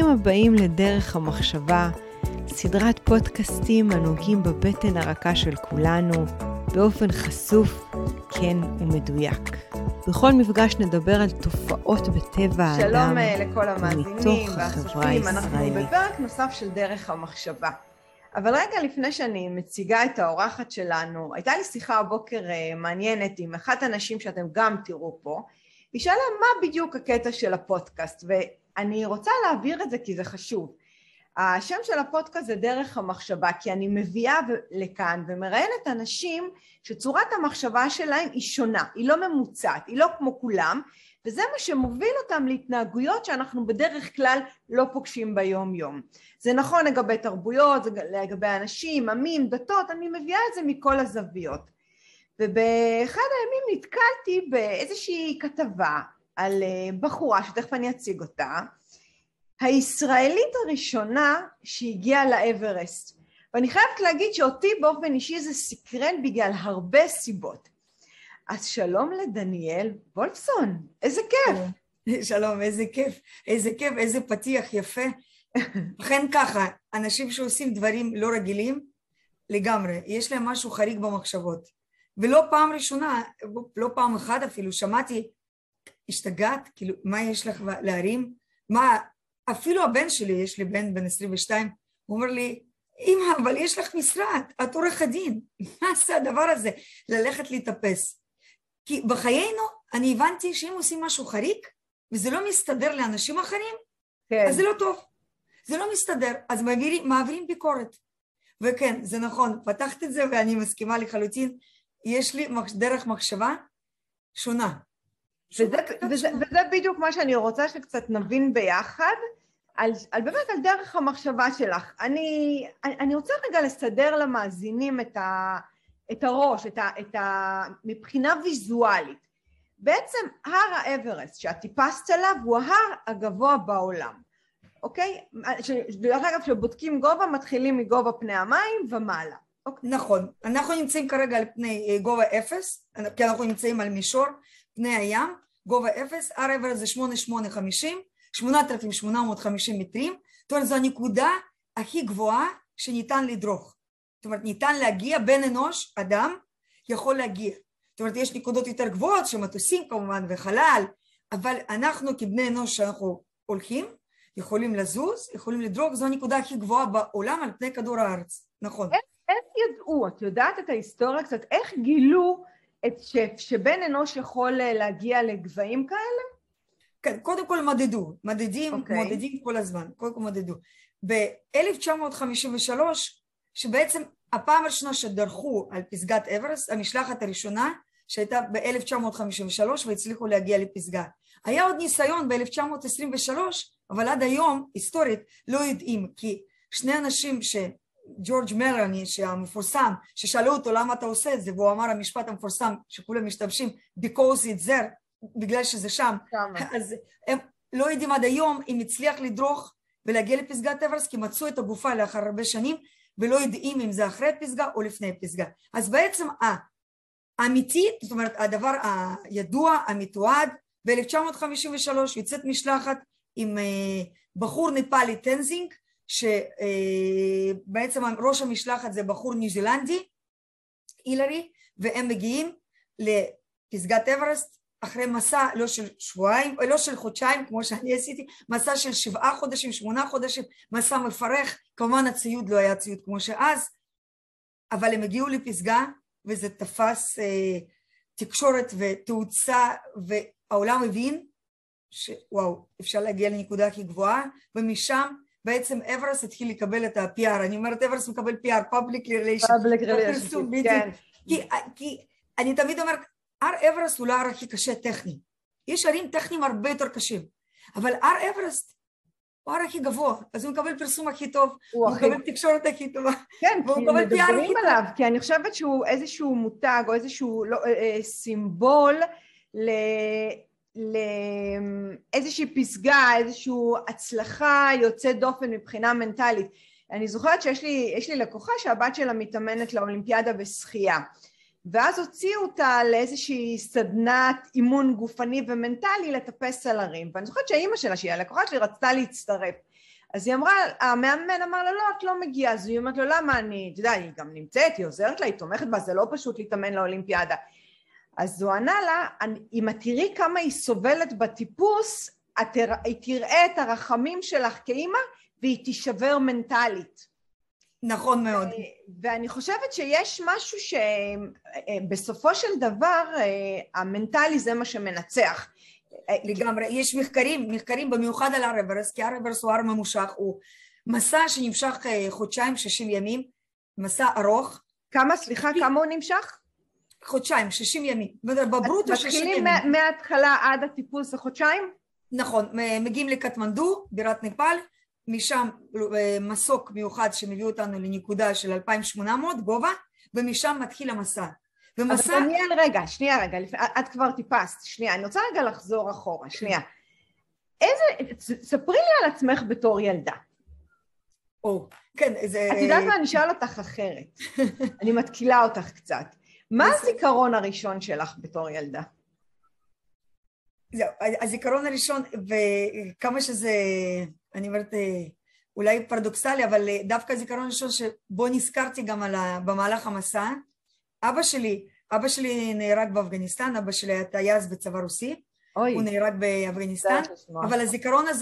הבאים לדרך המחשבה, סדרת פודקאסטים הנוגעים בבטן הרכה של כולנו, באופן חשוף, כן ומדויק. בכל מפגש נדבר על תופעות בטבע האדם, שלום לכל המאזינים והצופים, אנחנו בפרק נוסף של דרך המחשבה. אבל רגע לפני שאני מציגה את האורחת שלנו, הייתה לי שיחה הבוקר מעניינת עם אחת הנשים שאתם גם תראו פה, היא שאלה מה בדיוק הקטע של הפודקאסט, ואני רוצה להעביר את זה כי זה חשוב. השם של הפודקאסט זה דרך המחשבה, כי אני מביאה לכאן ומראיינת אנשים שצורת המחשבה שלהם היא שונה, היא לא ממוצעת, היא לא כמו כולם, וזה מה שמוביל אותם להתנהגויות שאנחנו בדרך כלל לא פוגשים ביום יום. זה נכון לגבי תרבויות, זה לגבי אנשים, עמים, דתות, אני מביאה את זה מכל הזוויות. ובאחד הימים נתקלתי באיזושהי כתבה על בחורה שתכף אני אציג אותה, הישראלית הראשונה שהגיעה לאברסט. ואני חייבת להגיד שאותי באופן אישי זה סקרן בגלל הרבה סיבות. אז שלום לדניאל וולפסון, איזה כיף. שלום, איזה כיף, איזה כיף, איזה פתיח יפה. לכן ככה, אנשים שעושים דברים לא רגילים, לגמרי, יש להם משהו חריג במחשבות. ולא פעם ראשונה, לא פעם אחת אפילו, שמעתי, השתגעת, כאילו, מה יש לך להרים? מה, אפילו הבן שלי, יש לי בן 22, הוא אומר לי, אמא, אבל יש לך משרד, את עורך הדין, מה עשה הדבר הזה? ללכת להתאפס. כי בחיינו אני הבנתי שאם עושים משהו חריג, וזה לא מסתדר לאנשים אחרים, כן. אז זה לא טוב. זה לא מסתדר, אז מעבירים ביקורת. וכן, זה נכון, פתחת את זה ואני מסכימה לחלוטין, יש לי דרך מחשבה שונה. וזה בדיוק מה שאני רוצה שקצת נבין ביחד, באמת על דרך המחשבה שלך. אני רוצה רגע לסדר למאזינים את הראש, מבחינה ויזואלית. בעצם הר האברסט שאת טיפסת עליו הוא ההר הגבוה בעולם. אוקיי? דרך אגב, שבודקים גובה, מתחילים מגובה פני המים ומעלה. אוקיי. נכון. אנחנו נמצאים כרגע על פני גובה 0, כי אנחנו נמצאים על מישור, פני הים, גובה 0, הר האברסט זה 8,850 מטרים, זאת אומרת, זו הנקודה הכי גבוהה שניתן לדרוך. זאת אומרת, ניתן להגיע, בן אנוש, אדם, יכול להגיע. זאת אומרת, יש נקודות יותר גבוהות, שמטוסים כמובן וחלל, אבל אנחנו כבני אנוש שאנחנו הולכים, יכולים לזוז, יכולים לדרוך, זו הנקודה הכי גבוהה בעולם על פני כדור הארץ. נכון. איך ידעו, את יודעת את ההיסטוריה קצת, איך גילו שבן אנוש יכול להגיע לגבהים כאלה? כן, קודם כל מודדים כל הזמן, קודם כל מדדו. ב-1953, שבעצם הפעם הראשונה שדרכו על פסגת אברסט, המשלחת הראשונה שהייתה ב-1953 והצליחו להגיע לפסגה. היה עוד ניסיון ב-1923, אבל עד היום, היסטורית, לא יודעים, כי שני אנשים ג'ורג' מלוני, שהמפורסם, ששאלו אותו למה אתה עושה את זה, והוא אמר המשפט המפורסם שכולם משתמשים, because it's there, בגלל שזה שם. אז הם לא יודעים עד היום אם הצליח לדרוך ולהגיע לפסגת אברסט, כי מצאו את הגופה לאחר הרבה שנים, ולא יודעים אם זה אחרי פסגה או לפני פסגה. אז בעצם האמיתית, זאת אומרת, הדבר הידוע, המתועד, ב-1953 יוצאת משלחת עם בחור נפאלי טנזינג, שבעצם ראש המשלחת זה בחור ניו זילנדי, הילרי, והם מגיעים לפסגת אברסט אחרי מסע לא של שבועיים, לא של חודשיים כמו שאני עשיתי, מסע של 7 חודשים, 8 חודשים, מסע מפרך, כמובן הציוד לא היה ציוד כמו שאז, אבל הם הגיעו לפסגה וזה תפס תקשורת ותאוצה, והעולם הבין שוואו, אפשר להגיע לנקודה הכי גבוהה, ומשם בעצם אברסט התחיל לקבל את ה-PR, אני אומרת אברסט מקבל PR, Public Relations, כן. כי אני תמיד אומרת, הר אברסט הוא לא הר הכי קשה טכני, יש הרים טכניים הרבה יותר קשים, אבל הר אברסט הוא הר הכי גבוה, אז הוא מקבל פרסום הכי טוב, הוא מקבל תקשורת הכי טובה, כן, כי מדברים עליו, כי אני חושבת שהוא איזשהו מותג או איזשהו סימבול לאיזושהי פסגה, איזושהי הצלחה יוצאת דופן מבחינה מנטלית. אני זוכרת שיש לי לקוחה שהבת שלה מתאמנת לאולימפיאדה בשחייה, ואז הוציאו אותה לאיזושהי סדנת אימון גופני ומנטלי לטפס על הרים, ואני זוכרת שהאימא שלה, שהיא הלקוחה שלי, רצתה להצטרף. אז היא אמרה, המאמן אמר לה, לא, את לא מגיעה, אז היא אומרת לו, למה אני, אתה יודע, היא גם נמצאת, היא עוזרת לה, היא תומכת בה, זה לא פשוט להתאמן לאולימפיאדה. אז הוא ענה לה, אם את תראי כמה היא סובלת בטיפוס, היא תראה את הרחמים שלך כאימא, והיא תישבר מנטלית. נכון מאוד. ואני חושבת שיש משהו שבסופו של דבר, המנטלי זה מה שמנצח. לגמרי, יש מחקרים במיוחד על הרוורס, כי הרוורס הוא הר ממושך, הוא מסע שנמשך חודשיים, 60 ימים, מסע ארוך. כמה הוא נמשך? חודשיים, 60 ימים. בברוטו 60 ימים. מתחילים מההתחלה עד הטיפוס לחודשיים? נכון, מגיעים לקטמנדו, בירת נפאל, משם מסוק מיוחד שמביא אותנו לנקודה של 2,800 גובה, ומשם מתחיל המסע. אבל דניאל, שנייה רגע, את כבר טיפסת, שנייה, אני רוצה רגע לחזור אחורה, שנייה. ספרי לי על עצמך בתור ילדה. כן, את יודעת מה, אני אשאל אותך אחרת. אני מתקילה אותך קצת. מה הזיכרון הראשון שלך בתור ילדה? זהו, הזיכרון הראשון, וכמה שזה, אני אומרת, אולי פרדוקסלי, אבל דווקא הזיכרון הראשון שבו נזכרתי גם במהלך המסע, אבא שלי נהרג באפגניסטן, אבא שלי היה טייס בצבא רוסי, הוא נהרג באפגניסטן, אבל הזיכרון הזה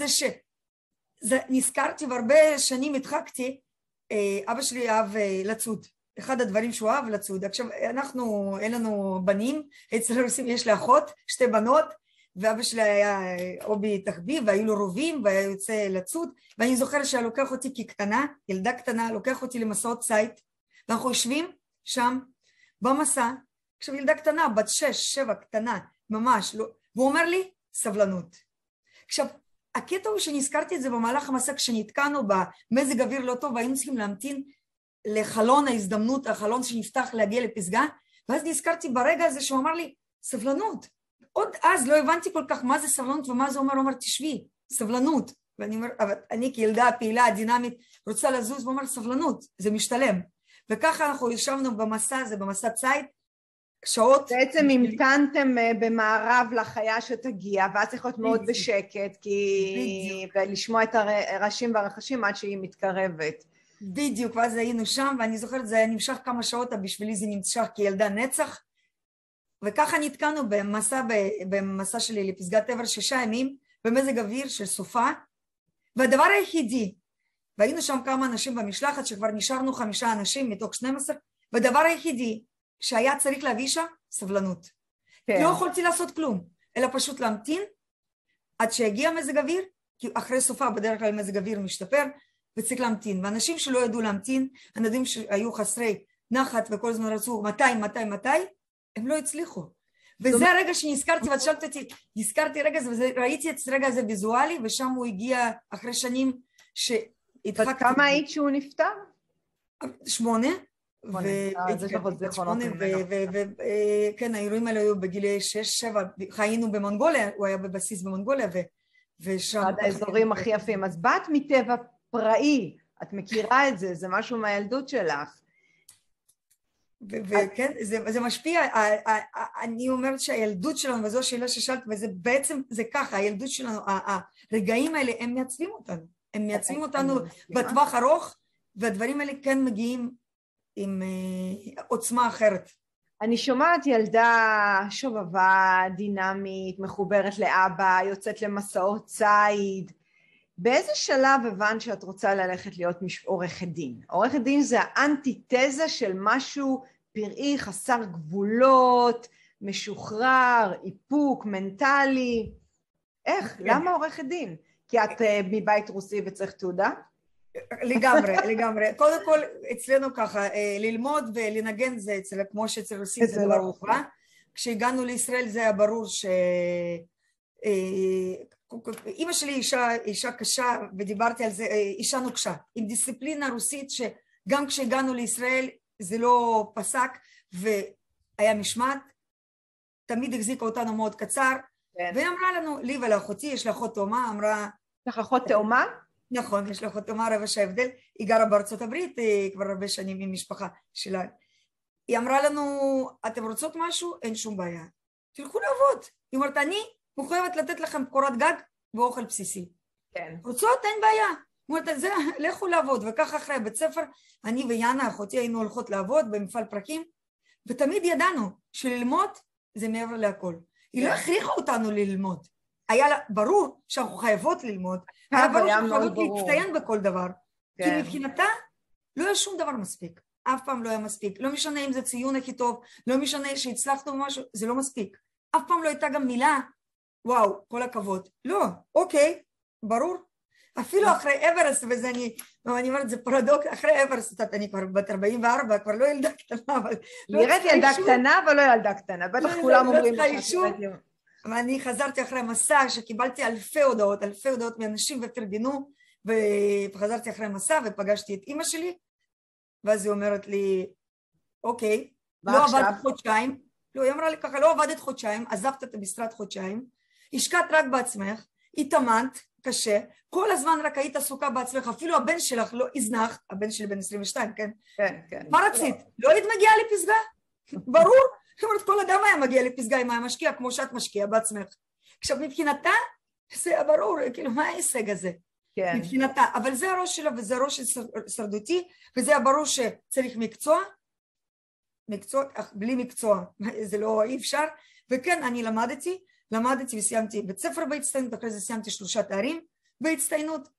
שנזכרתי והרבה שנים הדחקתי, אבא שלי אהב לצוד, אחד הדברים שהוא אהב לצוד. עכשיו אין לנו בנים, אצל הרוסים יש לי אחות, 2 בנות, ואבא שלי היה אובי תחביב, והיו לו רובים, והיה יוצא לצוד, ואני זוכרת שהיה לוקח אותי כקטנה, ילדה קטנה, לוקח אותי למסעות ציד, ואנחנו יושבים שם במסע, עכשיו ילדה קטנה, בת 6-7 קטנה, ממש, לא, והוא אומר לי, סבלנות. עכשיו, הקטע הוא שנזכרתי את זה במהלך המסע, כשנתקענו במזג אוויר לא טוב, והיינו צריכים להמתין לחלון ההזדמנות, החלון שנפתח להגיע לפסגה, ואז נזכרתי ברגע הזה שהוא אמר לי, סבלנות. עוד אז לא הבנתי כל כך מה זה סבלנות ומה זה אומר, הוא אומר, תשבי, סבלנות. ואני אומר, אבל אני כילדה פעילה, דינמית, רוצה לזוז, הוא אומר, סבלנות, זה משתלם. וככה אנחנו ישבנו במסע הזה, במסע ציד, שעות. בעצם המתנתם במערב לחיה שתגיע, ואז צריך להיות מאוד בשקט, ולשמוע את הרעשים והרחשים עד שהיא מתקרבת. בדיוק, ואז היינו שם, ואני זוכרת, זה היה נמשך כמה שעות, בשבילי זה נמשך כילדה נצח, וככה נתקענו במסע שלי לפסגת עבר 6 ימים, במזג אוויר של סופה, והדבר היחידי, והיינו שם כמה אנשים במשלחת, שכבר נשארנו 5 אנשים מתוך 12, והדבר היחידי שהיה צריך להביא שם, סבלנות. כן. לא יכולתי לעשות כלום, אלא פשוט להמתין, עד שהגיע מזג אוויר, כי אחרי סופה בדרך כלל מזג אוויר משתפר, וצריך להמתין. ואנשים שלא ידעו להמתין, אנשים שהיו חסרי נחת וכל הזמן רצו מתי, הם לא הצליחו. וזה הרגע שנזכרתי, ואת שאלת אותי, נזכרתי רגע הזה, וראיתי את הרגע הזה ויזואלי, ושם הוא הגיע אחרי שנים שהתחקתי. כמה היית שהוא נפטר? 8. כן, האירועים האלה היו בגילי 6-7, חיינו במונגוליה, הוא היה בבסיס במונגוליה, ושם... אחד האזורים הכי יפים, אז באת מטבע פראי, את מכירה את זה, זה משהו מהילדות שלך. וכן, זה משפיע, אני אומרת שהילדות שלנו, וזו השאלה ששאלת, וזה בעצם, זה ככה, הילדות שלנו, הרגעים האלה, הם מייצבים אותנו, הם מייצבים אותנו בטווח ארוך, והדברים האלה כן מגיעים עם עוצמה אחרת. אני שומעת ילדה שובבה, דינמית, מחוברת לאבא, יוצאת למסעות ציד. באיזה שלב הבנת שאת רוצה ללכת להיות עורכת דין? עורכת דין זה האנטיתזה של משהו פראי, חסר גבולות, משוחרר, איפוק, מנטלי. איך? למה עורכת דין? כי את מבית רוסי וצריך תעודה? לגמרי. קודם כל, אצלנו ככה, ללמוד ולנגן זה אצל, כמו שאצל רוסים זה דבר מובן. כשהגענו לישראל זה היה ברור ש... אמא שלי אישה קשה, ודיברתי על זה, אישה נוקשה, עם דיסציפלינה רוסית שגם כשהגענו לישראל זה לא פסק, והיה משמעת, תמיד החזיקה אותנו מאוד קצר, והיא אמרה לנו, לי ולאחותי, יש לה אחות תאומה, אמרה... יש לך אחות תאומה? נכון, יש לה אחות תאומה, 4 שעה הבדל, היא גרה בארצות הברית, כבר הרבה שנים עם משפחה שלה. היא אמרה לנו, אתם רוצות משהו? אין שום בעיה. תלכו לעבוד. היא אומרת, אני מחויבת לתת לכם קורת גג ואוכל בסיסי. כן. רוצות? אין בעיה. אומרת, לכו לעבוד, וככה אחרי בית ספר, אני ויאנה, אחותי, היינו הולכות לעבוד במפעל פרקים, ותמיד ידענו שללמוד זה מעבר להכל. היא לא הכריחה אותנו ללמוד. היה לה ברור שאנחנו חייבות ללמוד, היה ברור שאנחנו חייבות להצטיין בכל דבר, כי מבחינתה לא היה שום דבר מספיק, אף פעם לא היה מספיק, לא משנה אם זה ציון הכי טוב, לא משנה שהצלחנו משהו, זה לא מספיק. אף פעם לא הייתה גם מילה, וואו, כל הכבוד. לא, אוקיי, ברור. אפילו אחרי אברסט, וזה אני אומרת, זה פרדוקס, אחרי אברסט, אני כבר בת 44, כבר לא ילדה קטנה, אבל... נראית ילדה קטנה, אבל לא ילדה קטנה, בטח כולם אומרים ואני חזרתי אחרי מסע, שקיבלתי אלפי הודעות מאנשים ופרגנו, וחזרתי אחרי מסע, ופגשתי את אמא שלי, ואז היא אומרת לי, אוקיי, לא עבדת חודשיים, לא, היא אמרה לי ככה, לא עבדת חודשיים, עזבת את המשרד חודשיים, השקעת רק בעצמך, התאמנת, קשה, כל הזמן רק היית עסוקה בעצמך, אפילו הבן שלך לא הזנח, הבן שלי בן 22, כן? כן, כן. מה רצית? לא היית מגיעה לפסגה? ברור? זאת אומרת, כל אדם היה מגיע לפסגה אם היה משקיע, כמו שאת משקיעה בעצמך. עכשיו, מבחינתה, זה היה ברור, כאילו, מה ההישג הזה? כן. מבחינתה, אבל זה הראש שלה, וזה הראש שרדותי, וזה היה ברור שצריך מקצוע, בלי מקצוע, זה לא אי אפשר, וכן, אני למדתי וסיימתי בית ספר בהצטיינות, אחרי זה סיימתי 3 תארים בהצטיינות,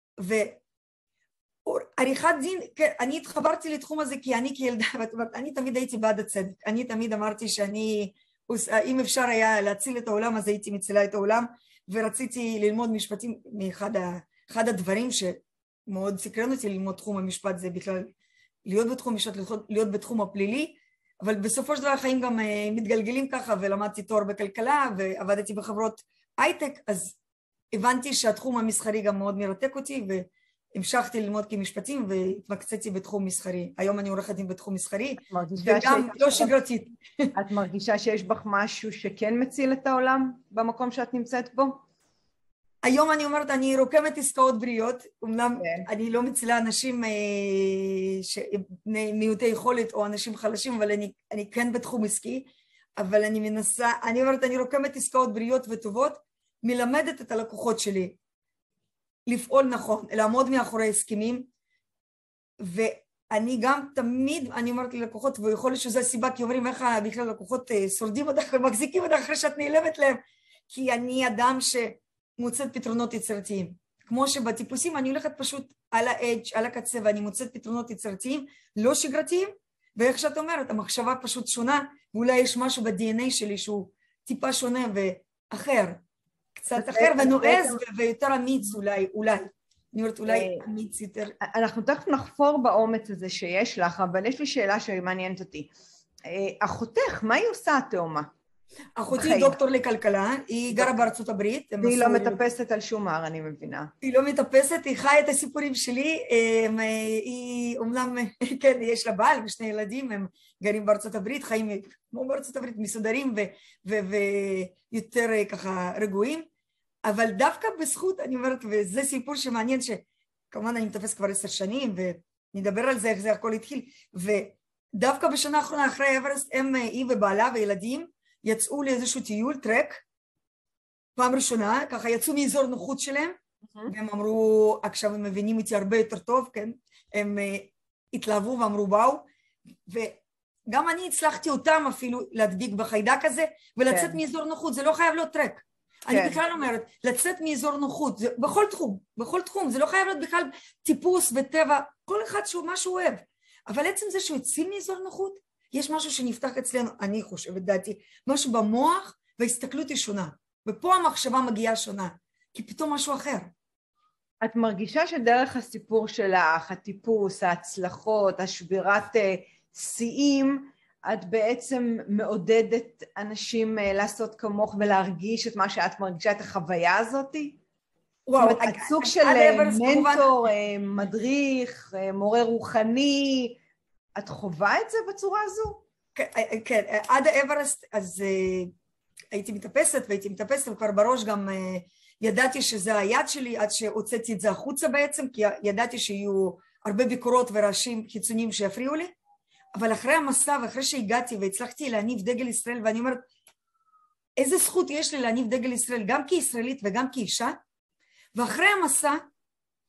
ועריכת דין, כן, אני התחברתי לתחום הזה כי אני כילדה, אני תמיד הייתי בעד הצדק, אני תמיד אמרתי אם אפשר היה להציל את העולם, אז הייתי מצילה את העולם, ורציתי ללמוד משפטים, אחד הדברים שמאוד סקרן אותי ללמוד תחום המשפט, זה בכלל להיות בתחום המשפט, להיות בתחום הפלילי, אבל בסופו של דבר החיים גם מתגלגלים ככה, ולמדתי תואר בכלכלה, ועבדתי בחברות הייטק, אז הבנתי שהתחום המסחרי גם מאוד מרתק אותי, והמשכתי ללמוד כמשפטים, והתמקצעתי בתחום מסחרי. היום אני עורכת דין בתחום מסחרי, וגם לא שגרתית. את מרגישה שיש בך משהו שכן מציל את העולם, במקום שאת נמצאת בו? היום אני אומרת, אני רוקמת עסקאות בריאות, אמנם אני לא מצילה אנשים מיעוטי יכולת או אנשים חלשים, אבל אני כן בתחום עסקי, אבל אני מנסה, אני אומרת, אני רוקמת עסקאות בריאות וטובות, מלמדת את הלקוחות שלי לפעול נכון, לעמוד מאחורי הסכמים, ואני גם תמיד, אני אומרת ללקוחות, ויכול להיות שזו הסיבה, כי אומרים איך בכלל לקוחות שורדים אותך ומחזיקים אותך אחרי שאת נעלמת להם, כי אני אדם מוצאת פתרונות יצירתיים. כמו שבטיפוסים אני הולכת פשוט על האדג', על הקצה, ואני מוצאת פתרונות יצירתיים, לא שגרתיים, ואיך שאת אומרת, המחשבה פשוט שונה, ואולי יש משהו ב-DNA שלי שהוא טיפה שונה ואחר, קצת אחר ונועז ויותר אמיץ אולי. אני אומרת אולי אמיץ יותר. אנחנו תכף נחפור באומץ הזה שיש לך, אבל יש לי שאלה שמעניינת אותי. אחותך, מה היא עושה התאומה? אחותי דוקטור לכלכלה, היא גרה בארצות הברית. והיא לא מטפסת על שום הר, אני מבינה. היא לא מטפסת, היא חיה את הסיפורים שלי, היא אומנם, כן, יש לה בעל ושני ילדים, הם גרים בארצות הברית, חיים כמו בארצות הברית, מסודרים ויותר ככה רגועים, אבל דווקא בזכות, אני אומרת, וזה סיפור שמעניין, שכמובן אני מטפס כבר 10 שנים, ונדבר על זה, איך זה הכל התחיל, ודווקא בשנה האחרונה אחרי אברסט, היא ובעלה וילדים, יצאו לאיזשהו טיול, טרק, פעם ראשונה, ככה יצאו מאזור נוחות שלהם, והם אמרו, עכשיו הם מבינים איתי הרבה יותר טוב, כן? הם התלהבו ואמרו באו, וגם אני הצלחתי אותם אפילו להדביק בחיידק הזה, ולצאת מאזור נוחות, זה לא חייב להיות טרק. אני בכלל אומרת, לצאת מאזור נוחות, זה בכל תחום, זה לא חייב להיות בכלל טיפוס וטבע, כל אחד שהוא מה שהוא אוהב, אבל עצם זה שהוא יציל מאזור נוחות, יש משהו שנפתח אצלנו, אני חושבת, דעתי, משהו במוח וההסתכלות היא שונה, ופה המחשבה מגיעה שונה, כי פתאום משהו אחר. את מרגישה שדרך הסיפור שלך, הטיפוס, ההצלחות, השבירת שיאים, את בעצם מעודדת אנשים לעשות כמוך ולהרגיש את מה שאת מרגישה, את החוויה הזאת? וואו, את סוג של מנטור, מדריך, מורה רוחני, את חווה את זה בצורה הזו? כן, עד האברסט, אז הייתי מטפסת, וכבר בראש גם ידעתי שזה היד שלי, עד שהוצאתי את זה החוצה בעצם, כי ידעתי שיהיו הרבה ביקורות ורעשים חיצוניים שיפריעו לי, אבל אחרי המסע ואחרי שהגעתי והצלחתי להניף דגל ישראל, ואני אומרת, איזה זכות יש לי להניף דגל ישראל, גם כישראלית וגם כאישה, ואחרי המסע,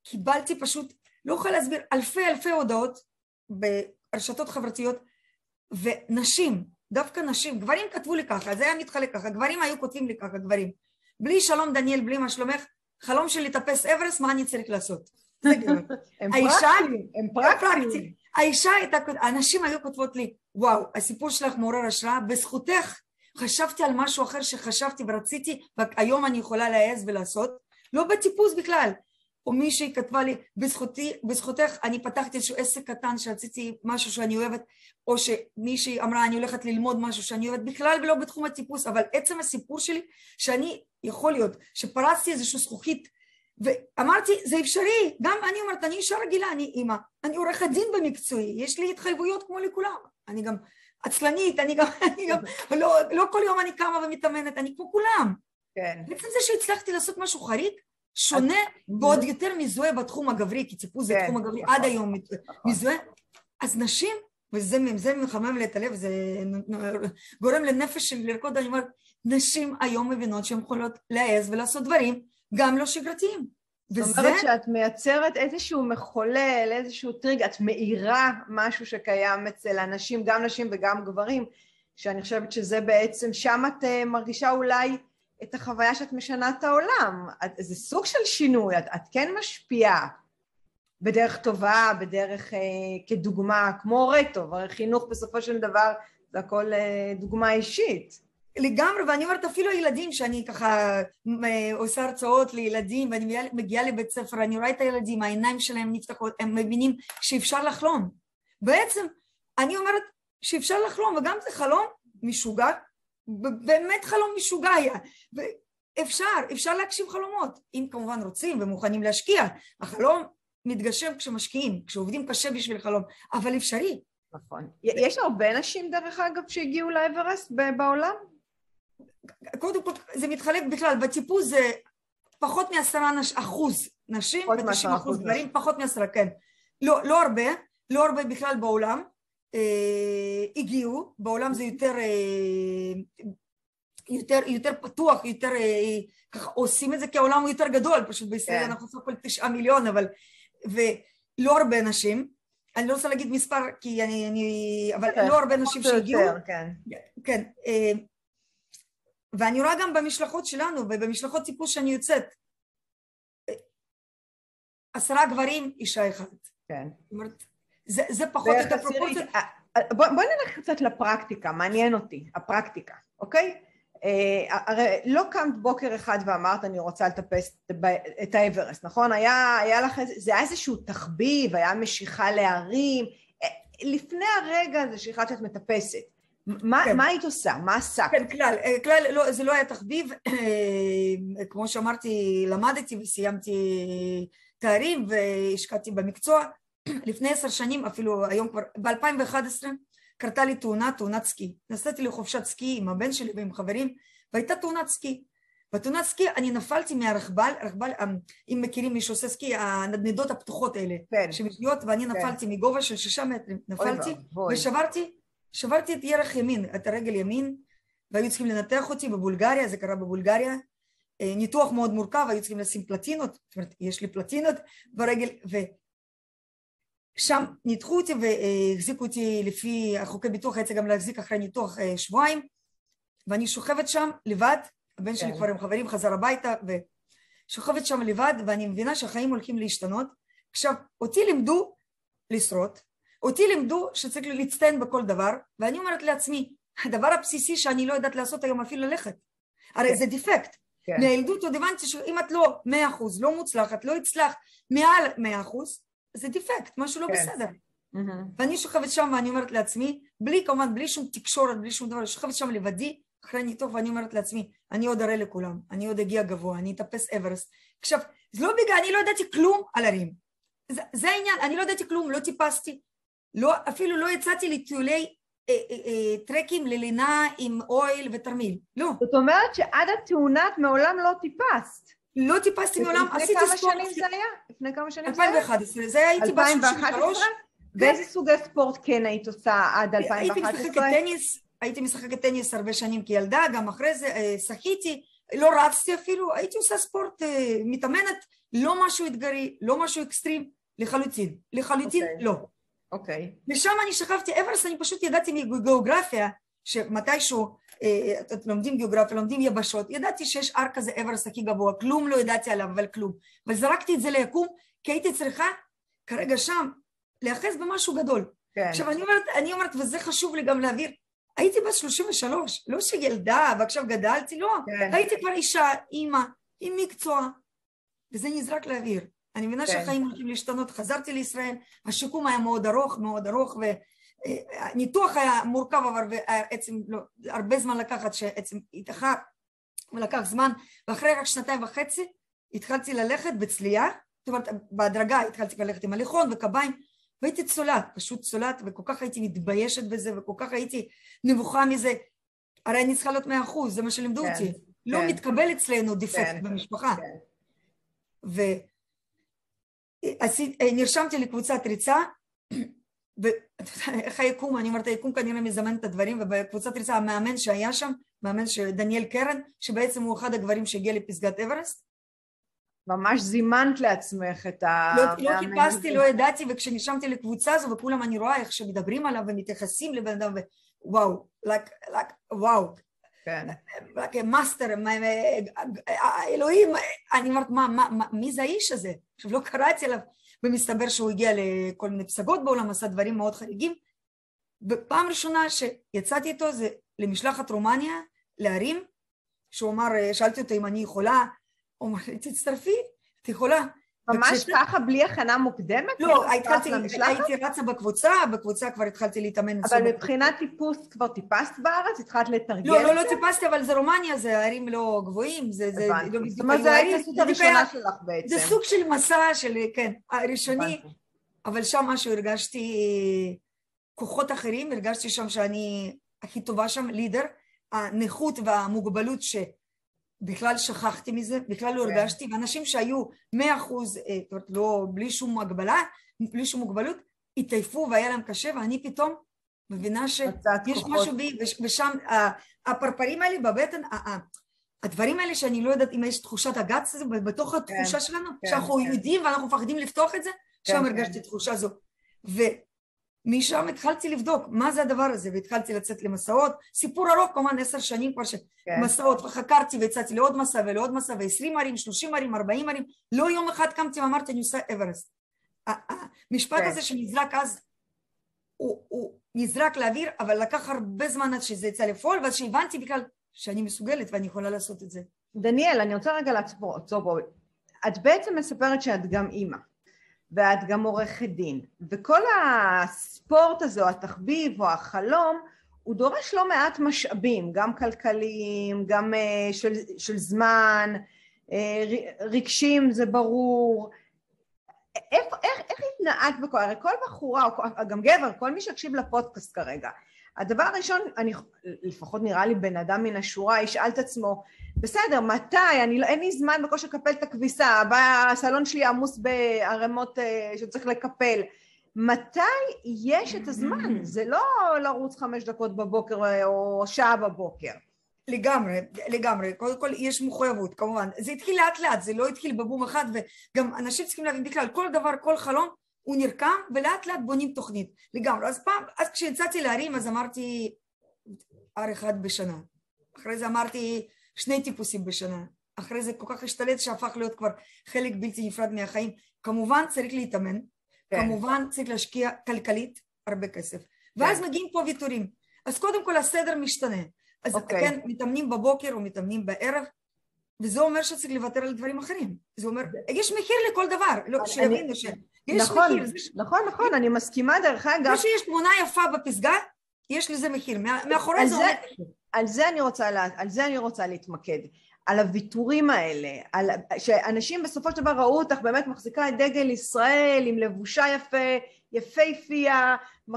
קיבלתי פשוט, לא יכולה להסביר, אלפי הודעות ברשתות חברתיות, ונשים, דווקא נשים, גברים כתבו לי ככה, זה היה מתחלק ככה, גברים היו כותבים לי ככה, גברים, בלי שלום דניאל, בלי מה שלומך, חלום של לטפס אברסט, מה אני צריך לעשות? הם פרקטיים. האישה הייתה, האנשים היו כותבות לי, וואו, הסיפור שלך מעורר השראה, בזכותך חשבתי על משהו אחר שחשבתי ורציתי, והיום אני יכולה להעז ולעשות, לא בטיפוס בכלל. או מישהי כתבה לי, בזכותך אני פתחתי איזשהו עסק קטן שרציתי משהו שאני אוהבת, או שמישהי אמרה אני הולכת ללמוד משהו שאני אוהבת, בכלל ולא בתחום הטיפוס, אבל עצם הסיפור שלי, שאני יכול להיות, שפרסתי איזשהו זכוכית, ואמרתי זה אפשרי, גם אני אומרת, אני אישה רגילה, אני אימא, אני עורכת דין במקצועי, יש לי התחייבויות כמו לכולם, אני גם עצלנית, אני גם לא כל יום אני קמה ומתאמנת, אני כמו כולם. כן. בעצם זה שהצלחתי לעשות משהו חריג, שונה ועוד יותר מזוהה בתחום הגברי, כי טיפוס זה תחום הגברי עד היום מזוהה, אז נשים, וזה מחמם לי את הלב, זה גורם לנפש שלי לרקוד, אני אומרת, נשים היום מבינות שהן יכולות להעז ולעשות דברים, גם לא שגרתיים. זאת אומרת שאת מייצרת איזשהו מחולל, איזשהו טריג, את מאירה משהו שקיים אצל אנשים, גם נשים וגם גברים, שאני חושבת שזה בעצם, שם את מרגישה אולי את החוויה שאת משנה את העולם. זה סוג של שינוי, את כן משפיעה בדרך טובה, בדרך כדוגמה, כמו הורה טוב, הרי חינוך בסופו של דבר זה הכל דוגמה אישית. לגמרי, ואני אומרת אפילו הילדים שאני ככה עושה הרצאות לילדים, ואני מגיעה לבית ספר, אני רואה את הילדים, העיניים שלהם נפתחות, הם מבינים שאפשר לחלום. בעצם אני אומרת שאפשר לחלום, וגם זה חלום משוגע, באמת חלום משוגע היה, ואפשר להגשים חלומות, אם כמובן רוצים ומוכנים להשקיע, החלום מתגשם כשמשקיעים, כשעובדים קשה בשביל חלום, אבל אפשרי. נכון. יש הרבה נשים דרך אגב שהגיעו לאברסט בעולם? קודם כל זה מתחלק בכלל, בטיפוס זה פחות מ10% נשים ו90% גברים, פחות מ10, כן. לא הרבה בכלל בעולם, הגיעו, בעולם זה יותר פתוח, יותר, עושים את זה כי העולם הוא יותר גדול, פשוט בישראל אנחנו סוף כל 9 מיליון, ולא הרבה נשים, אני לא רוצה להגיד מספר, כי אבל לא הרבה נשים שהגיעו, כן, ואני רואה גם במשלחות שלנו, ובמשלחות טיפוס שאני יוצאת, 10 גברים, אישה אחת. כן. זה פחות את הפרופורציות. בואי נלך קצת לפרקטיקה, מעניין אותי, הפרקטיקה, אוקיי? הרי לא קמת בוקר אחד ואמרת אני רוצה לטפס את האברסט, נכון? היה לך, זה היה איזשהו תחביב, היה משיכה להרים, לפני הרגע הזה שהחלטת שאת מטפסת, מה היית עושה? מה עשת? כן, כלל, זה לא היה תחביב, כמו שאמרתי, למדתי וסיימתי תארים והשקעתי במקצוע, לפני 10 שנים, אפילו היום כבר, ב-2011, קרתה לי תאונת סקי. נסעתי לחופשת סקי עם הבן שלי ועם חברים, והייתה תאונת סקי. בתאונת סקי אני נפלתי מהרכבל, אם מכירים מי שעושה סקי, הנדנדות הפתוחות האלה, שמגיעות, ואני נפלתי מגובה של 6 מטרים, נפלתי ושברתי את ירך ימין, את הרגל ימין, והיו צריכים לנתח אותי בבולגריה, זה קרה בבולגריה, ניתוח מאוד מורכב, היו צריכים לשים פלטינות, זאת אומרת, יש לי פלטינות ברגל, שם ניתחו אותי והחזיקו אותי לפי החוקי ביטוח, הייתי גם להחזיק אחרי ניתוח 2 שבועות, ואני שוכבת שם לבד, הבן שלי כבר עם חברים חזר הביתה, ושוכבת שם לבד, ואני מבינה שהחיים הולכים להשתנות. עכשיו, אותי לימדו לשרוד, אותי לימדו שצריך להצטיין בכל דבר, ואני אומרת לעצמי, הדבר הבסיסי שאני לא יודעת לעשות היום אפילו ללכת, הרי זה דיפקט. מהילדות עוד הבנתי שאם את לא 100%, לא מוצלחת, לא הצלח מעל 100%, זה דיפקט, משהו לא בסדר. ואני שוכבת שם ואני אומרת לעצמי, כמובן בלי שום תקשורת, בלי שום דבר, שוכבת שם לבדי, אחרי ניתוח, ואני אומרת לעצמי, אני עוד אראה לכולם, אני עוד אגיע גבוה, אני אטפס אברסט. עכשיו, זה לא בגלל, אני לא ידעתי כלום על הרים. זה העניין, אני לא ידעתי כלום, לא טיפסתי, אפילו לא יצאתי לטיולי טרקים ללינה עם אויל ותרמיל, לא. זאת אומרת שעד התאונת מעולם לא טיפסת. לא טיפסתי מעולם, עשיתי ספורט. לפני כמה שנים זה היה? 2011, זה הייתי ב-33. ואיזה סוגי ספורט כן היית עושה עד 2011? הייתי משחקת טניס הרבה שנים כילדה, גם אחרי זה שחיתי, לא רצתי אפילו, הייתי עושה ספורט, מתאמנת לא משהו אתגרי, לא משהו אקסטרים, לחלוטין לא. אוקיי. ושם אני שכבתי, אברסט אני פשוט ידעתי מגיאוגרפיה, שמתישהו לומדים גיאוגרפיה, לומדים יבשות, ידעתי שיש הר כזה אברסט הכי גבוה, כלום לא ידעתי עליו, אבל כלום. אבל זרקתי את זה ליקום, כי הייתי צריכה כרגע שם להיאחז במשהו גדול. כן. עכשיו אני אומרת, וזה חשוב לי גם להעביר, הייתי בת 33, לא שילדה ועכשיו גדלתי, לא. כן. הייתי כבר אישה, אימא, עם מקצוע, וזה נזרק לאוויר. אני מבינה שהחיים הולכים להשתנות, חזרתי לישראל, השיקום היה מאוד ארוך, והניתוח היה מורכב, אבל בעצם לא, הרבה זמן לקחת, שעצם התאחר ולקח זמן, ואחרי רק 2.5 התחלתי ללכת בצלייה, זאת אומרת, בהדרגה התחלתי ללכת עם הליכון וקביים, והייתי צולעת, פשוט צולעת, וכל כך הייתי מתביישת בזה, וכל כך הייתי נבוכה מזה, הרי אני צריכה להיות 100%, זה מה שלימדו אותי, לא מתקבל אצלנו דיפקט במשפחה. ונרשמתי לקבוצת ריצה, ואיך היקום, אני אומרת, היקום כנראה מזמן את הדברים, ובקבוצת ריצה המאמן שהיה שם, מאמן דניאל קרן, שבעצם הוא אחד הגברים שהגיע לפסגת אברסט. ממש זימנת לעצמך את לא חיפשתי, לא ידעתי, וכשנרשמתי לקבוצה הזו, וכולם אני רואה איך שמדברים עליו ומתייחסים לבן אדם, וואו, וואו. כן. רק מאסטר, אלוהים, אני אומרת, מי זה האיש הזה? עכשיו לא קראתי עליו, ומסתבר שהוא הגיע לכל מיני פסגות בעולם, עשה דברים מאוד חריגים. בפעם ראשונה שיצאתי איתו זה למשלחת רומניה, להרים, שהוא אמר, שאלתי אותו אם אני יכולה, הוא אמר, תצטרפי, את יכולה. ממש ככה בלי הכנה מוקדמת? לא, הייתי רצה בקבוצה כבר התחלתי להתאמן. אבל מבחינת טיפוס כבר טיפסת בארץ? התחלת לתרגל? לא טיפסתי, אבל זה רומניה, זה הערים לא גבוהים, זה זאת אומרת, זה ההתנסות הראשונה שלך בעצם. זה סוג של מסע של, כן, הראשוני, אבל שם משהו הרגשתי כוחות אחרים, הרגשתי שם שאני הכי טובה שם, לידר, הנכות והמוגבלות בכלל שכחתי מזה, בכלל לא הרגשתי, ואנשים שהיו 100%, לא, בלי שום הגבלה, בלי שום מוגבלות, התעייפו והיה להם קשה, ואני פתאום מבינה שיש משהו בי, ושם הפרפרים האלה בבטן, הדברים האלה שאני לא יודעת אם יש תחושת הגץ הזה, בתוך התחושה שלנו, שאנחנו יודעים ואנחנו מפחדים לפתוח את זה, שם הרגשתי תחושה זו. משם התחלתי לבדוק מה זה הדבר הזה, והתחלתי לצאת למסעות, סיפור ארוך, כמובן 10 שנים כבר שמסעות, וחקרתי ויצאתי לעוד מסע ולעוד מסע, ו20 ערים, 30 ערים, 40 ערים, לא יום אחד קמתי ואמרתי, אני עושה אברסט. המשפט הזה שנזרק אז, הוא נזרק לאוויר, אבל לקח הרבה זמן עד שזה יצא לפעול, ואז שהבנתי בכלל שאני מסוגלת ואני יכולה לעשות את זה. דניאל, אני רוצה רגע לעצור בו, את בעצם מספרת שאת גם אימא. ואת גם עורכת דין, וכל הספורט הזה, או התחביב, או החלום, הוא דורש לא מעט משאבים, גם כלכליים, גם של זמן, רגשים, זה ברור. איך התנהגת בכל, הרי כל בחורה, או גם גבר, כל מי שיקשיב לפודקאסט כרגע, הדבר הראשון, לפחות נראה לי בן אדם מן השורה, ישאל את עצמו, בסדר, מתי? אין לי זמן בקושי לקפל את הכביסה, הסלון שלי עמוס בערימות שצריך לקפל. מתי יש את הזמן? זה לא לרוץ 5 דקות בבוקר או שעה בבוקר. לגמרי. קודם כל יש מחויבות, כמובן. זה התחיל לאט לאט, זה לא התחיל בבום אחד, וגם אנשים צריכים להבין בכלל, כל דבר, כל חלום, הוא נרקם, ולאט לאט בונים תוכנית. לגמרי. אז כשיצאתי להרים, אז אמרתי, R1 בשנה. אחרי זה אמרתי 2 טיפוסים בשנה. אחרי זה כל כך השתלט שהפך להיות כבר חלק בלתי נפרד מהחיים. כמובן צריך להתאמן, כמובן צריך להשקיע כלכלית הרבה כסף. ואז מגיעים פה ויתורים. אז קודם כל הסדר משתנה. אז כן, מתאמנים בבוקר או מתאמנים בערב, וזה אומר שצריך לוותר על דברים אחרים. זה אומר, יש מחיר לכל דבר, שיבינו שיש מחיר. נכון, אני מסכימה דרך אגב. זה שיש תמונה יפה בפסגה, יש לזה מחיר, מאחורי זה עומד. על זה אני רוצה להתמקד, על הוויתורים האלה, שאנשים בסופו של דבר ראו אותך באמת מחזיקה את דגל ישראל, עם לבושה יפהפייה,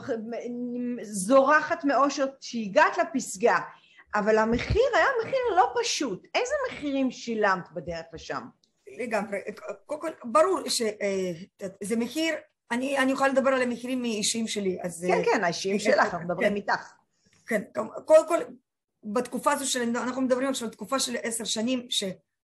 זורחת מאושר שהגעת לפסגה, אבל המחיר היה מחיר לא פשוט. איזה מחירים שילמת בדרך לשם? לגמרי, ברור שזה מחיר, אני יכולה לדבר על המחירים האישיים שלי. כן, האישיים שלך, אנחנו מדברים איתך. כן, קודם כל, בתקופה הזו אנחנו מדברים עכשיו על תקופה של 10 שנים,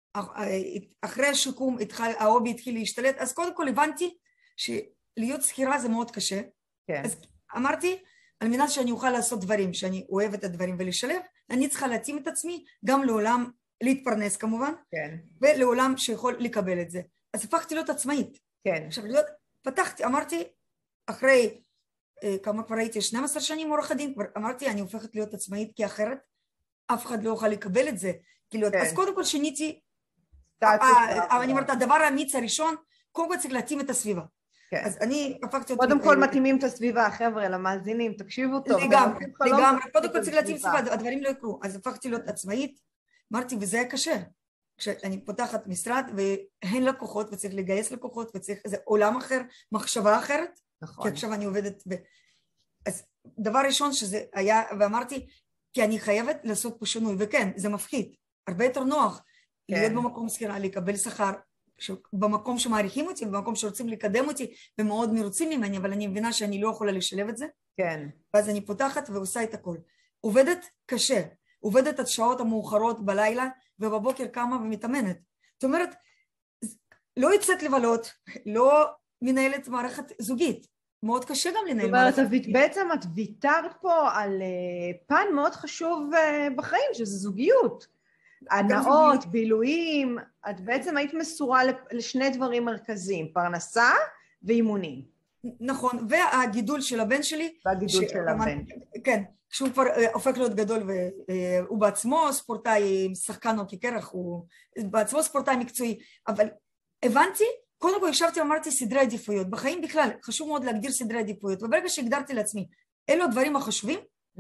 אחרי השיקום ההובי התחיל להשתלט, אז קודם כל הבנתי שלהיות שכירה זה מאוד קשה. כן. אז אמרתי, על מנת שאני אוכל לעשות דברים, שאני אוהב את הדברים ולשלב, אני צריכה להתאים את עצמי גם לעולם, להתפרנס כמובן, כן. ולעולם שיכול לקבל את זה. אז הפכתי להיות עצמאית. כן. עכשיו, פתחתי, אמרתי, אחרי כמה כבר הייתי 12 שנים עורך הדין, כבר אמרתי, אני הופכת להיות עצמאית, כי אחרת אף אחד לא יוכל לקבל את זה. כאילו, אז קודם כל שיניתי, אני אומרת, הדבר האמיץ הראשון, קודם כל צריך להתאים את הסביבה. אז אני הפכתי... קודם כל מתאימים את הסביבה, חבר'ה, למאזינים, תקשיבו טוב. לגמרי, קודם כל צריך להתאים סביבה, הדברים לא יקרו. אז הפכתי להיות עצמאית, אמרתי, וזה היה קשה. כשאני פותחת משרד, והן לקוחות, וצריך לגייס לקוחות, וצריך, זה עולם אחר, מחשבה אחרת, כי עכשיו אני עובדת אז דבר ראשון שזה היה, ואמרתי, כי אני חייבת לעשות פה שינוי, וכן, זה מפחיד, הרבה יותר נוח להיות במקום סחירה, לקבל שכר, במקום שמעריכים אותי, במקום שרוצים לקדם אותי, ומאוד מרוצים ממני, אבל אני מבינה שאני לא יכולה לשלב את זה, ואז אני פותחת ועושה את הכל. עובדת קשה, עובדת עד שעות המאוחרות בלילה, ובבוקר קמה ומתאמנת. זאת אומרת, לא יוצאת לבלות, לא מנהלת מערכת זוגית, מאוד קשה גם לנהל מערכת. זאת אומרת, בעצם את ויתרת פה על פן מאוד חשוב בחיים, שזה זוגיות. הנאות, בילויים, את בעצם היית מסורה לשני דברים מרכזיים, פרנסה ואימונים. נכון, והגידול של הבן שלי. והגידול של הבן. כן, שהוא כבר הופך להיות גדול, והוא בעצמו ספורטאי, שחקן או כקרח, הוא בעצמו ספורטאי מקצועי, אבל הבנתי, קודם כל ישבתי ואמרתי סדרי עדיפויות, בחיים בכלל חשוב מאוד להגדיר סדרי עדיפויות, וברגע שהגדרתי לעצמי, אלו הדברים החשובים,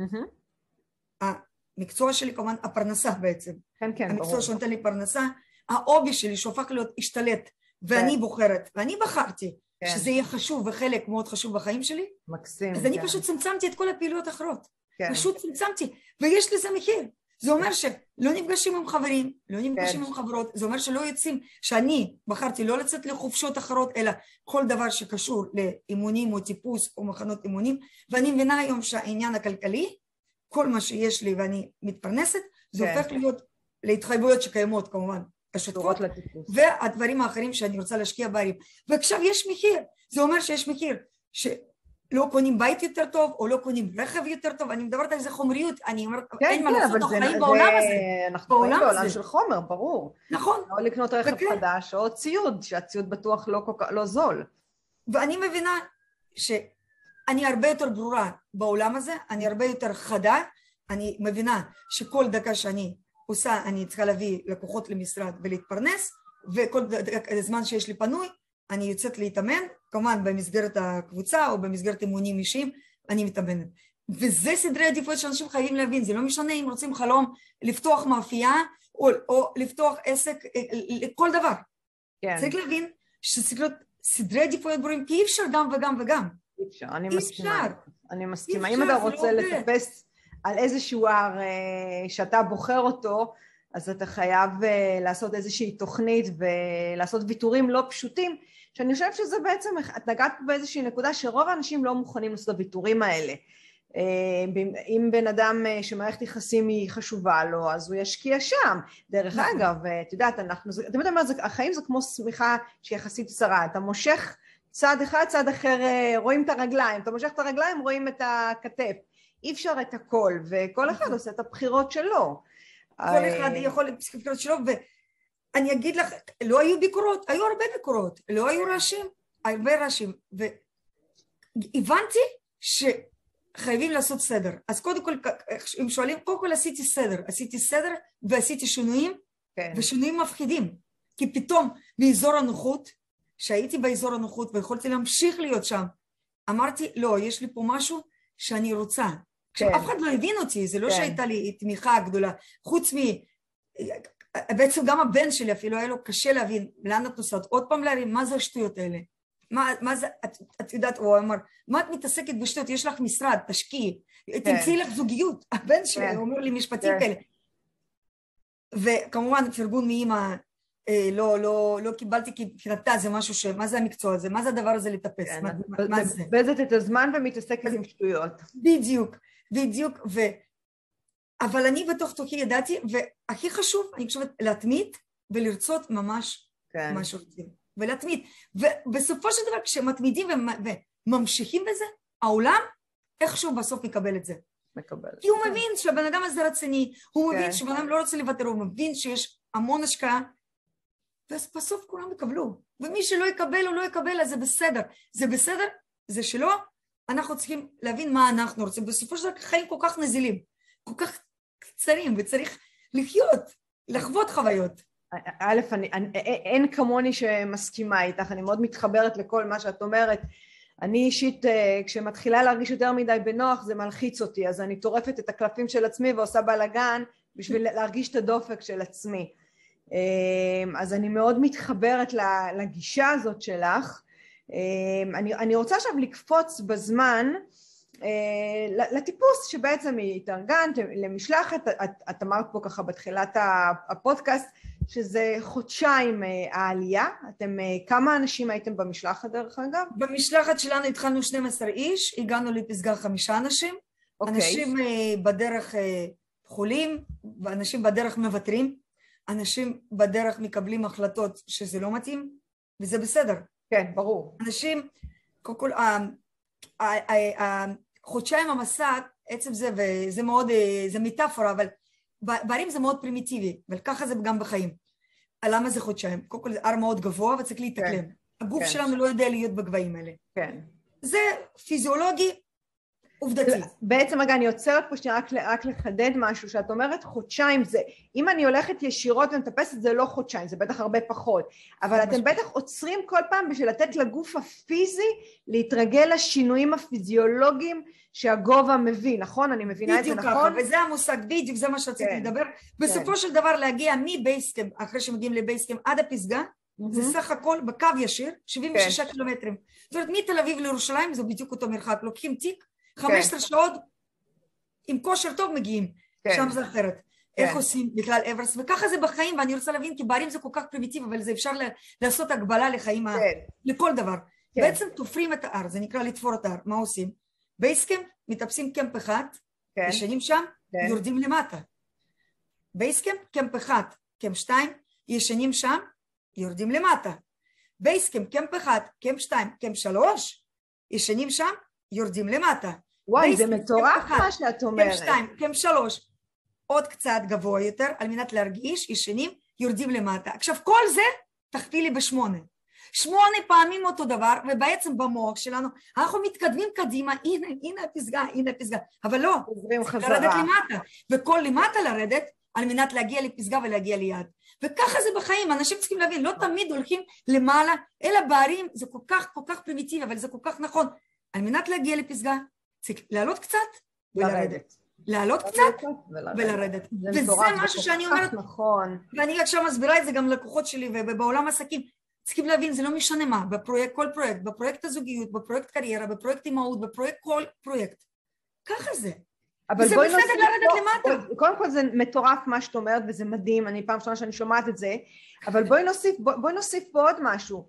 המקצוע שלי כמובן הפרנסה בעצם, המקצוע שנותן לי פרנסה, ההובי שלי שהופך להיות השתלט, ואני בוחרת, ואני בחרתי שזה יהיה חשוב וחלק מאוד חשוב בחיים שלי, מקסים. אז אני פשוט צמצמתי את כל הפעילויות האחרות, פשוט צמצמתי, ויש לזה מחיר. זה אומר שלא נפגשים עם חברים, לא נפגשים עם חברות, זה אומר שלא יוצאים, שאני בחרתי לא לצאת לחופשות אחרות, אלא כל דבר שקשור לאימונים או טיפוס או מחנות אימונים, ואני מבינה היום שהעניין הכלכלי, כל מה שיש לי ואני מתפרנסת, זה הופך להיות להתחייבויות שקיימות כמובן, השוטפות, והדברים האחרים שאני רוצה להשקיע בערים. ועכשיו יש מחיר, זה אומר שיש מחיר, לא קונים בית יותר טוב, או לא קונים רכב יותר טוב, אני מדברת על זה חומריות, אני אומרת, אין מה לעשות, אנחנו חיים בעולם הזה. אנחנו חיים בעולם של חומר, ברור. נכון. או לקנות רכב חדש, או ציוד, שהציוד בטוח לא זול. ואני מבינה שאני הרבה יותר ברורה בעולם הזה, אני הרבה יותר חדה, אני מבינה שכל דקה שאני עושה, אני צריכה להביא לקוחות למשרד ולהתפרנס, וכל זמן שיש לי פנוי, אני יוצאת להתאמן, כמובן במסגרת הקבוצה או במסגרת אימונים אישיים, אני מתאמנת. וזה סדרי עדיפויות שאנשים חייבים להבין, זה לא משנה אם רוצים חלום לפתוח מאפייה או לפתוח עסק, כל דבר. צריך להבין שצריך להיות סדרי עדיפויות ברורים, כי אי אפשר גם וגם וגם. אי אפשר, אני מסכימה. אם אתה רוצה לטפס על איזשהו הר שאתה בוחר אותו, אז אתה חייב לעשות איזושהי תוכנית ולעשות ויתורים לא פשוטים, שאני חושבת שזה בעצם, את נגעת באיזושהי נקודה שרוב האנשים לא מוכנים לעשות הוויתורים האלה. אם בן אדם שמערכת יחסים היא חשובה לו, אז הוא ישקיע שם. דרך אגב, את יודעת, אתם יודעים מה, החיים זה כמו שמיכה שהיא יחסית קצרה, אתה מושך צד אחד, צד אחר, רואים את הרגליים, אתה מושך את הרגליים, רואים את הכתף. אי אפשר את הכל, וכל אחד עושה את הבחירות שלו. כל אחד יכול לבחירות שלו, ואני אגיד לך, לא היו ביקורות, היו הרבה ביקורות, לא היו רעשים, הרבה רעשים, והבנתי שחייבים לעשות סדר. אז קודם כל, אם שואלים, קודם כל עשיתי סדר ועשיתי שינויים, ושינויים מפחידים, כי פתאום באזור הנוחות, שהייתי באזור הנוחות ויכולתי להמשיך להיות שם, אמרתי, לא, יש לי פה משהו שאני רוצה. אף אחד לא הבין אותי, זה לא שהייתה לי תמיכה גדולה, חוץ בעצם גם הבן שלי אפילו היה לו קשה להבין לאן את נוסעת, עוד פעם להרים, מה זה השטויות האלה? מה זה, את יודעת, הוא אמר, מה את מתעסקת בשטויות? יש לך משרד, תשקיעי, תמצאי לך זוגיות, הבן שלי אומר לי משפטים כאלה. וכמובן פרגון מאמא לא קיבלתי, כי מבחינתה זה משהו מה זה המקצוע הזה, מה זה הדבר הזה לטפס, מה זה? מבזבזת את הזמן ומתעסקת עם שטויות. בדיוק, אבל אני בתוך תוכי ידעתי, והכי חשוב, אני חושבת, להתמיד ולרצות ממש כן. מה שרוצים, ולהתמיד. ובסופו של דבר, כשמתמידים וממשיכים בזה, העולם איכשהו בסוף מקבל את זה. מקבל. כי הוא מבין שהבן אדם הזה רציני, הוא מבין כן. שבן אדם לא רוצה לוותר, הוא מבין שיש המון השקעה, ואז בסוף כולם יקבלו. ומי שלא יקבל או לא יקבל, אז זה בסדר. זה בסדר, זה שלא, אנחנו צריכים להבין מה אנחנו רוצים. בסופו של דבר, חיים כל כך נזילים, כל כך קצרים, וצריך לחיות, לחוות חוויות. א', אין כמוני שמסכימה איתך, אני מאוד מתחברת לכל מה שאת אומרת. אני אישית, כשמתחילה להרגיש יותר מדי בנוח, זה מלחיץ אותי, אז אני טורפת את הקלפים של עצמי ועושה בלגן בשביל להרגיש את הדופק של עצמי. אז אני מאוד מתחברת לגישה הזאת שלך. אני רוצה עכשיו לקפוץ בזמן לטיפוס שבעצם התארגנת למשלחת. את אמרת פה ככה בתחילת הפודקאסט שזה חודשיים העלייה. אתם, כמה אנשים הייתם במשלחת דרך אגב? במשלחת שלנו התחלנו 12 איש, הגענו לפסגה 5 אנשים. אוקיי. אנשים בדרך חולים, ואנשים בדרך מבטרים, אנשים בדרך מקבלים החלטות שזה לא מתאים, וזה בסדר. כן, ברור. אנשים, כל חודשיים המסע, עצם זה, וזה מאוד, זה מטאפורה, אבל בערים זה מאוד פרימיטיבי, אבל ככה זה גם בחיים. למה זה חודשיים? קודם כל זה הר מאוד גבוה וצריך להתאקלם. כן. הגוף שלנו לא יודע להיות בגבהים האלה. כן. זה פיזיולוגי, עובדתי. בעצם רגע, אני עוצרת פה שנייה רק לחדד משהו, שאת אומרת חודשיים זה, אם אני הולכת ישירות ומטפסת זה לא חודשיים, זה בטח הרבה פחות, אבל אתם בטח עוצרים כל פעם בשביל לתת לגוף הפיזי להתרגל לשינויים הפיזיולוגיים שהגובה מביא, נכון? אני מבינה את זה נכון? בדיוק ככה, וזה המושג, בדיוק זה מה שרציתי לדבר. בסופו של דבר להגיע מבייסקם, אחרי שמגיעים לבייסקם עד הפסגה, זה סך הכל בקו ישיר, 76 קילומטרים. זאת אומרת, מתל אביב לירושלים זה בדיוק אותו מרחק, לוקחים תיק, 15 שעות עם כושר טוב מגיעים, שם זה אחרת. איך עושים בכלל אברסט, וככה זה בחיים, ואני רוצה להבין, כי בערים זה כל כך פרימיטיבי, אבל זה אפשר לעשות הגבלה לחיים, לכל דבר. בעצם תופרים את ההר, זה נקרא לתפור את ההר, מה עושים? בייסקם, מטפסים קמפ אחד, ישנים שם, יורדים למטה. בייסקם, קמפ אחד, קמפ 2, ישנים שם, יורדים למטה. בייסקם, קמפ אחד, קמפ 2, קמפ 3, ישנים שם, יורדים למטה. וואי, זה מטורף מה שאת אומרת. קמפ 2, קמפ 3, עוד קצת גבוה יותר, על מנת להרגיש, ישנים, יורדים למטה. עכשיו, כל זה תכפילי ב8. 8 פעמים אותו דבר, ובעצם במוח שלנו, אנחנו מתקדמים קדימה, הנה הפסגה, אבל לא, לרדת למטה, וכל למטה לרדת, על מנת להגיע לפסגה ולהגיע ליד. וככה זה בחיים, אנשים צריכים להבין, לא תמיד הולכים למעלה, אלא בערים, זה כל כך פרימיטיבי, אבל זה כל כך נכון. על מנת להגיע לפסגה, צריך לעלות קצת ולרדת. לעלות קצת ולרדת. וזה משהו שאני אומרת, ואני עכשיו מסבירה את זה גם ללקוחות שלי ובעולם עסקים, צריכים להבין, זה לא משנה מה, כל פרויקט, בפרויקט הזוגיות, בפרויקט קריירה, בפרויקט אימהות, בפרויקט כל פרויקט. ככה זה. זה בסדר לרדת למטה. קודם כל זה מטורף מה שאת אומרת, וזה מדהים, אני פעם שונה שאני שומעת את זה, אבל בואי נוסיף פה עוד משהו.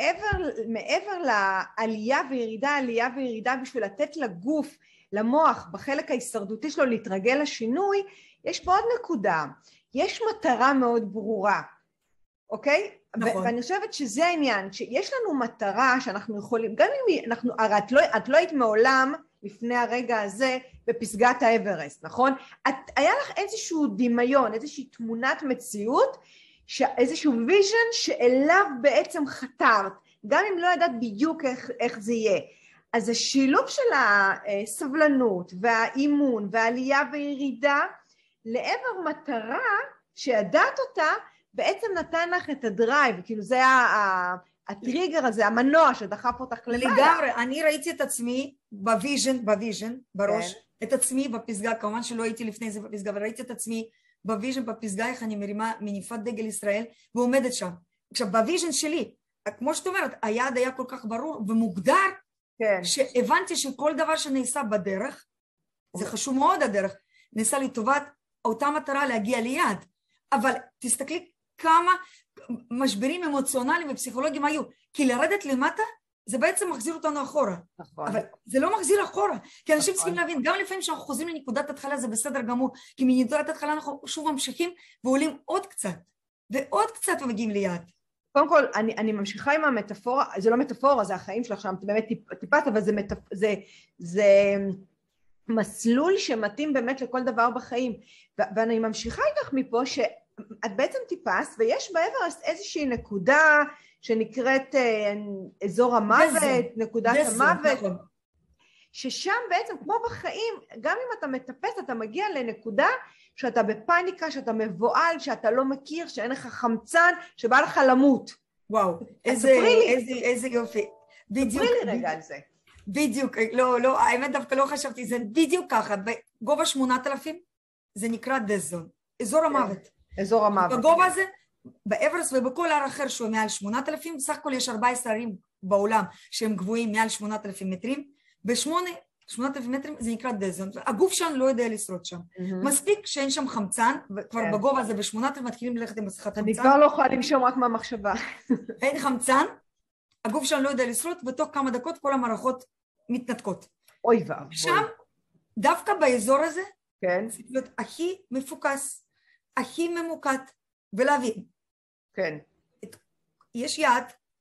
מעבר לעלייה וירידה בשביל לתת לגוף, למוח, בחלק ההישרדותי שלו להתרגל לשינוי, יש פה עוד נקודה. יש מטרה מאוד ברורה, אוקיי? נכון. ואני חושבת שזה העניין, שיש לנו מטרה שאנחנו יכולים, גם אם אנחנו, הרי את לא היית מעולם לפני הרגע הזה בפסגת האברסט, נכון? היה לך איזשהו דמיון, איזושהי תמונת מציאות, איזשהו ויז'ן שאליו בעצם חתרת, גם אם לא ידעת בדיוק איך זה יהיה. אז השילוב של הסבלנות והאימון והעלייה וירידה לעבר מטרה שידעת אותה, בעצם נתן לך את הדרייב, כאילו זה הטריגר הזה, המנוע שדחף אותך למעלה. לגמרי, אני ראיתי את עצמי בוויז'ן, בראש, את עצמי בפסגה, כמובן שלא הייתי לפני זה בפסגה, אבל ראיתי את עצמי בוויז'ן בפסגה, איך אני מרימה מניפת דגל ישראל, ועומדת שם. עכשיו, בוויז'ן שלי, כמו שאת אומרת, היעד היה כל כך ברור ומוגדר, שהבנתי שכל דבר שנעשה בדרך, זה חשוב מאוד הדרך, נעשה לטובת אותה מטרה להגיע ליעד, אבל תסתכלי כמה משברים אמוציונליים ופסיכולוגיים היו, כי לרדת למטה זה בעצם מחזיר אותנו אחורה, נכון. אבל זה לא מחזיר אחורה, כי אנשים צריכים להבין, גם לפעמים שאנחנו חוזרים לנקודת התחלה זה בסדר גמור, כי מנקודת התחלה אנחנו שוב ממשיכים ועולים עוד קצת, ועוד קצת ומגיעים ליד. קודם כל, אני ממשיכה עם המטאפורה, זה לא מטאפורה, זה החיים שלך שם, באמת טיפת, אבל זה מסלול שמתאים באמת לכל דבר בחיים. ואני ממשיכה איתך מפה שאת בעצם טיפס, ויש באברסט איזושהי נקודה שנקראת אזור המוות, נקודת המוות, ששם בעצם, כמו בחיים, גם אם אתה מטפס, אתה מגיע לנקודה שאתה בפאניקה, שאתה מבועל, שאתה לא מכיר, שאין לך חמצן, שבא לך למות. וואו, איזה יופי. תספרי לי רגע על זה. בדיוק, לא, האמת דווקא לא חשבתי, זה בדיוק ככה, בגובה 8,000, זה נקרא דזון, אזור המוות. אזור המוות. בגובה הזה, באברסט ובכל הר אחר שהוא מעל 8,000, בסך הכל יש 14 ערים בעולם שהם גבוהים מעל 8,000 מטרים, ב-8,000 מטרים זה נקרא דזון, הגוף שם לא יודע לשרוד שם. מספיק שאין שם חמצן, וכבר בגובה הזה ב-8,000 מתחילים ללכת עם מסכת חמצן. אני כבר לא יכולה לנשום רק מהמחשבה. אין חמצן, הגוף שם לא יודע לשרוד, ותוך כמה דקות כל המערכות מתנתקות. אוי ואבוי. שם, דווקא באזור הזה, צריך להיות הכי מפוקס, הכי ממוקד, ולהבין. כן. יש יעד,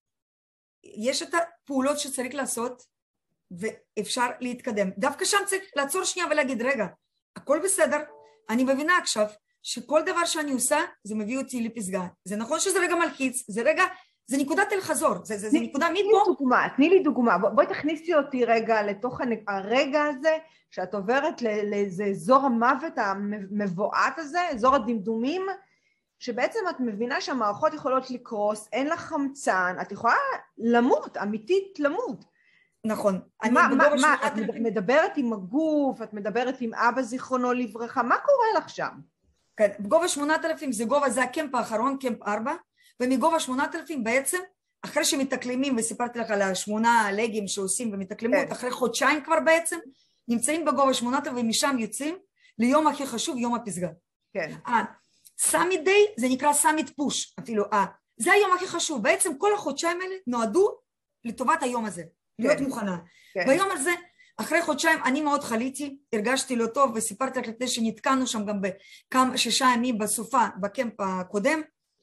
יש את הפעולות שצריך לעשות, ואפשר להתקדם. דווקא שם צריך לעצור שנייה ולהגיד, רגע, הכל בסדר, אני מבינה עכשיו שכל דבר שאני עושה, זה מביא אותי לפסגה. זה נכון שזה רגע מלחיץ, זה נקודת אל חזור, זה נקודה מפה. תני לי דוגמה, בואי תכניסי אותי רגע לתוך הרגע הזה, שאת עוברת לאיזה אזור המוות המבועת הזה, אזור הדמדומים, שבעצם את מבינה שהמערכות יכולות לקרוס, אין לך חמצן, את יכולה למות, אמיתית למות. נכון. את מדברת עם הגוף, את מדברת עם אבא זיכרונו לברכה, מה קורה לך שם? כן, בגובה 8,000 זה הקמפ האחרון, קמפ 4, ומגובה 8,000 בעצם, אחרי שמתאקלמים, וסיפרתי לך על 8 לגים שעושים ומתאקלמות, אחרי חודשיים כבר בעצם, נמצאים בגובה 8,000 ומשם יוצאים ליום הכי חשוב, יום הפסגה. כן. סאמיט דיי זה נקרא סאמיט פוש, אפילו, זה היום הכי חשוב, בעצם כל החודשיים האלה נועדו לטובת היום הזה. להיות מוכנה. ביום הזה, אחרי חודשיים, אני מאוד חליתי, הרגשתי לא טוב, וסיפרתי לך לפני שנתקענו שם גם בכמה 6 ימים בסופה, בקמפ הקודם,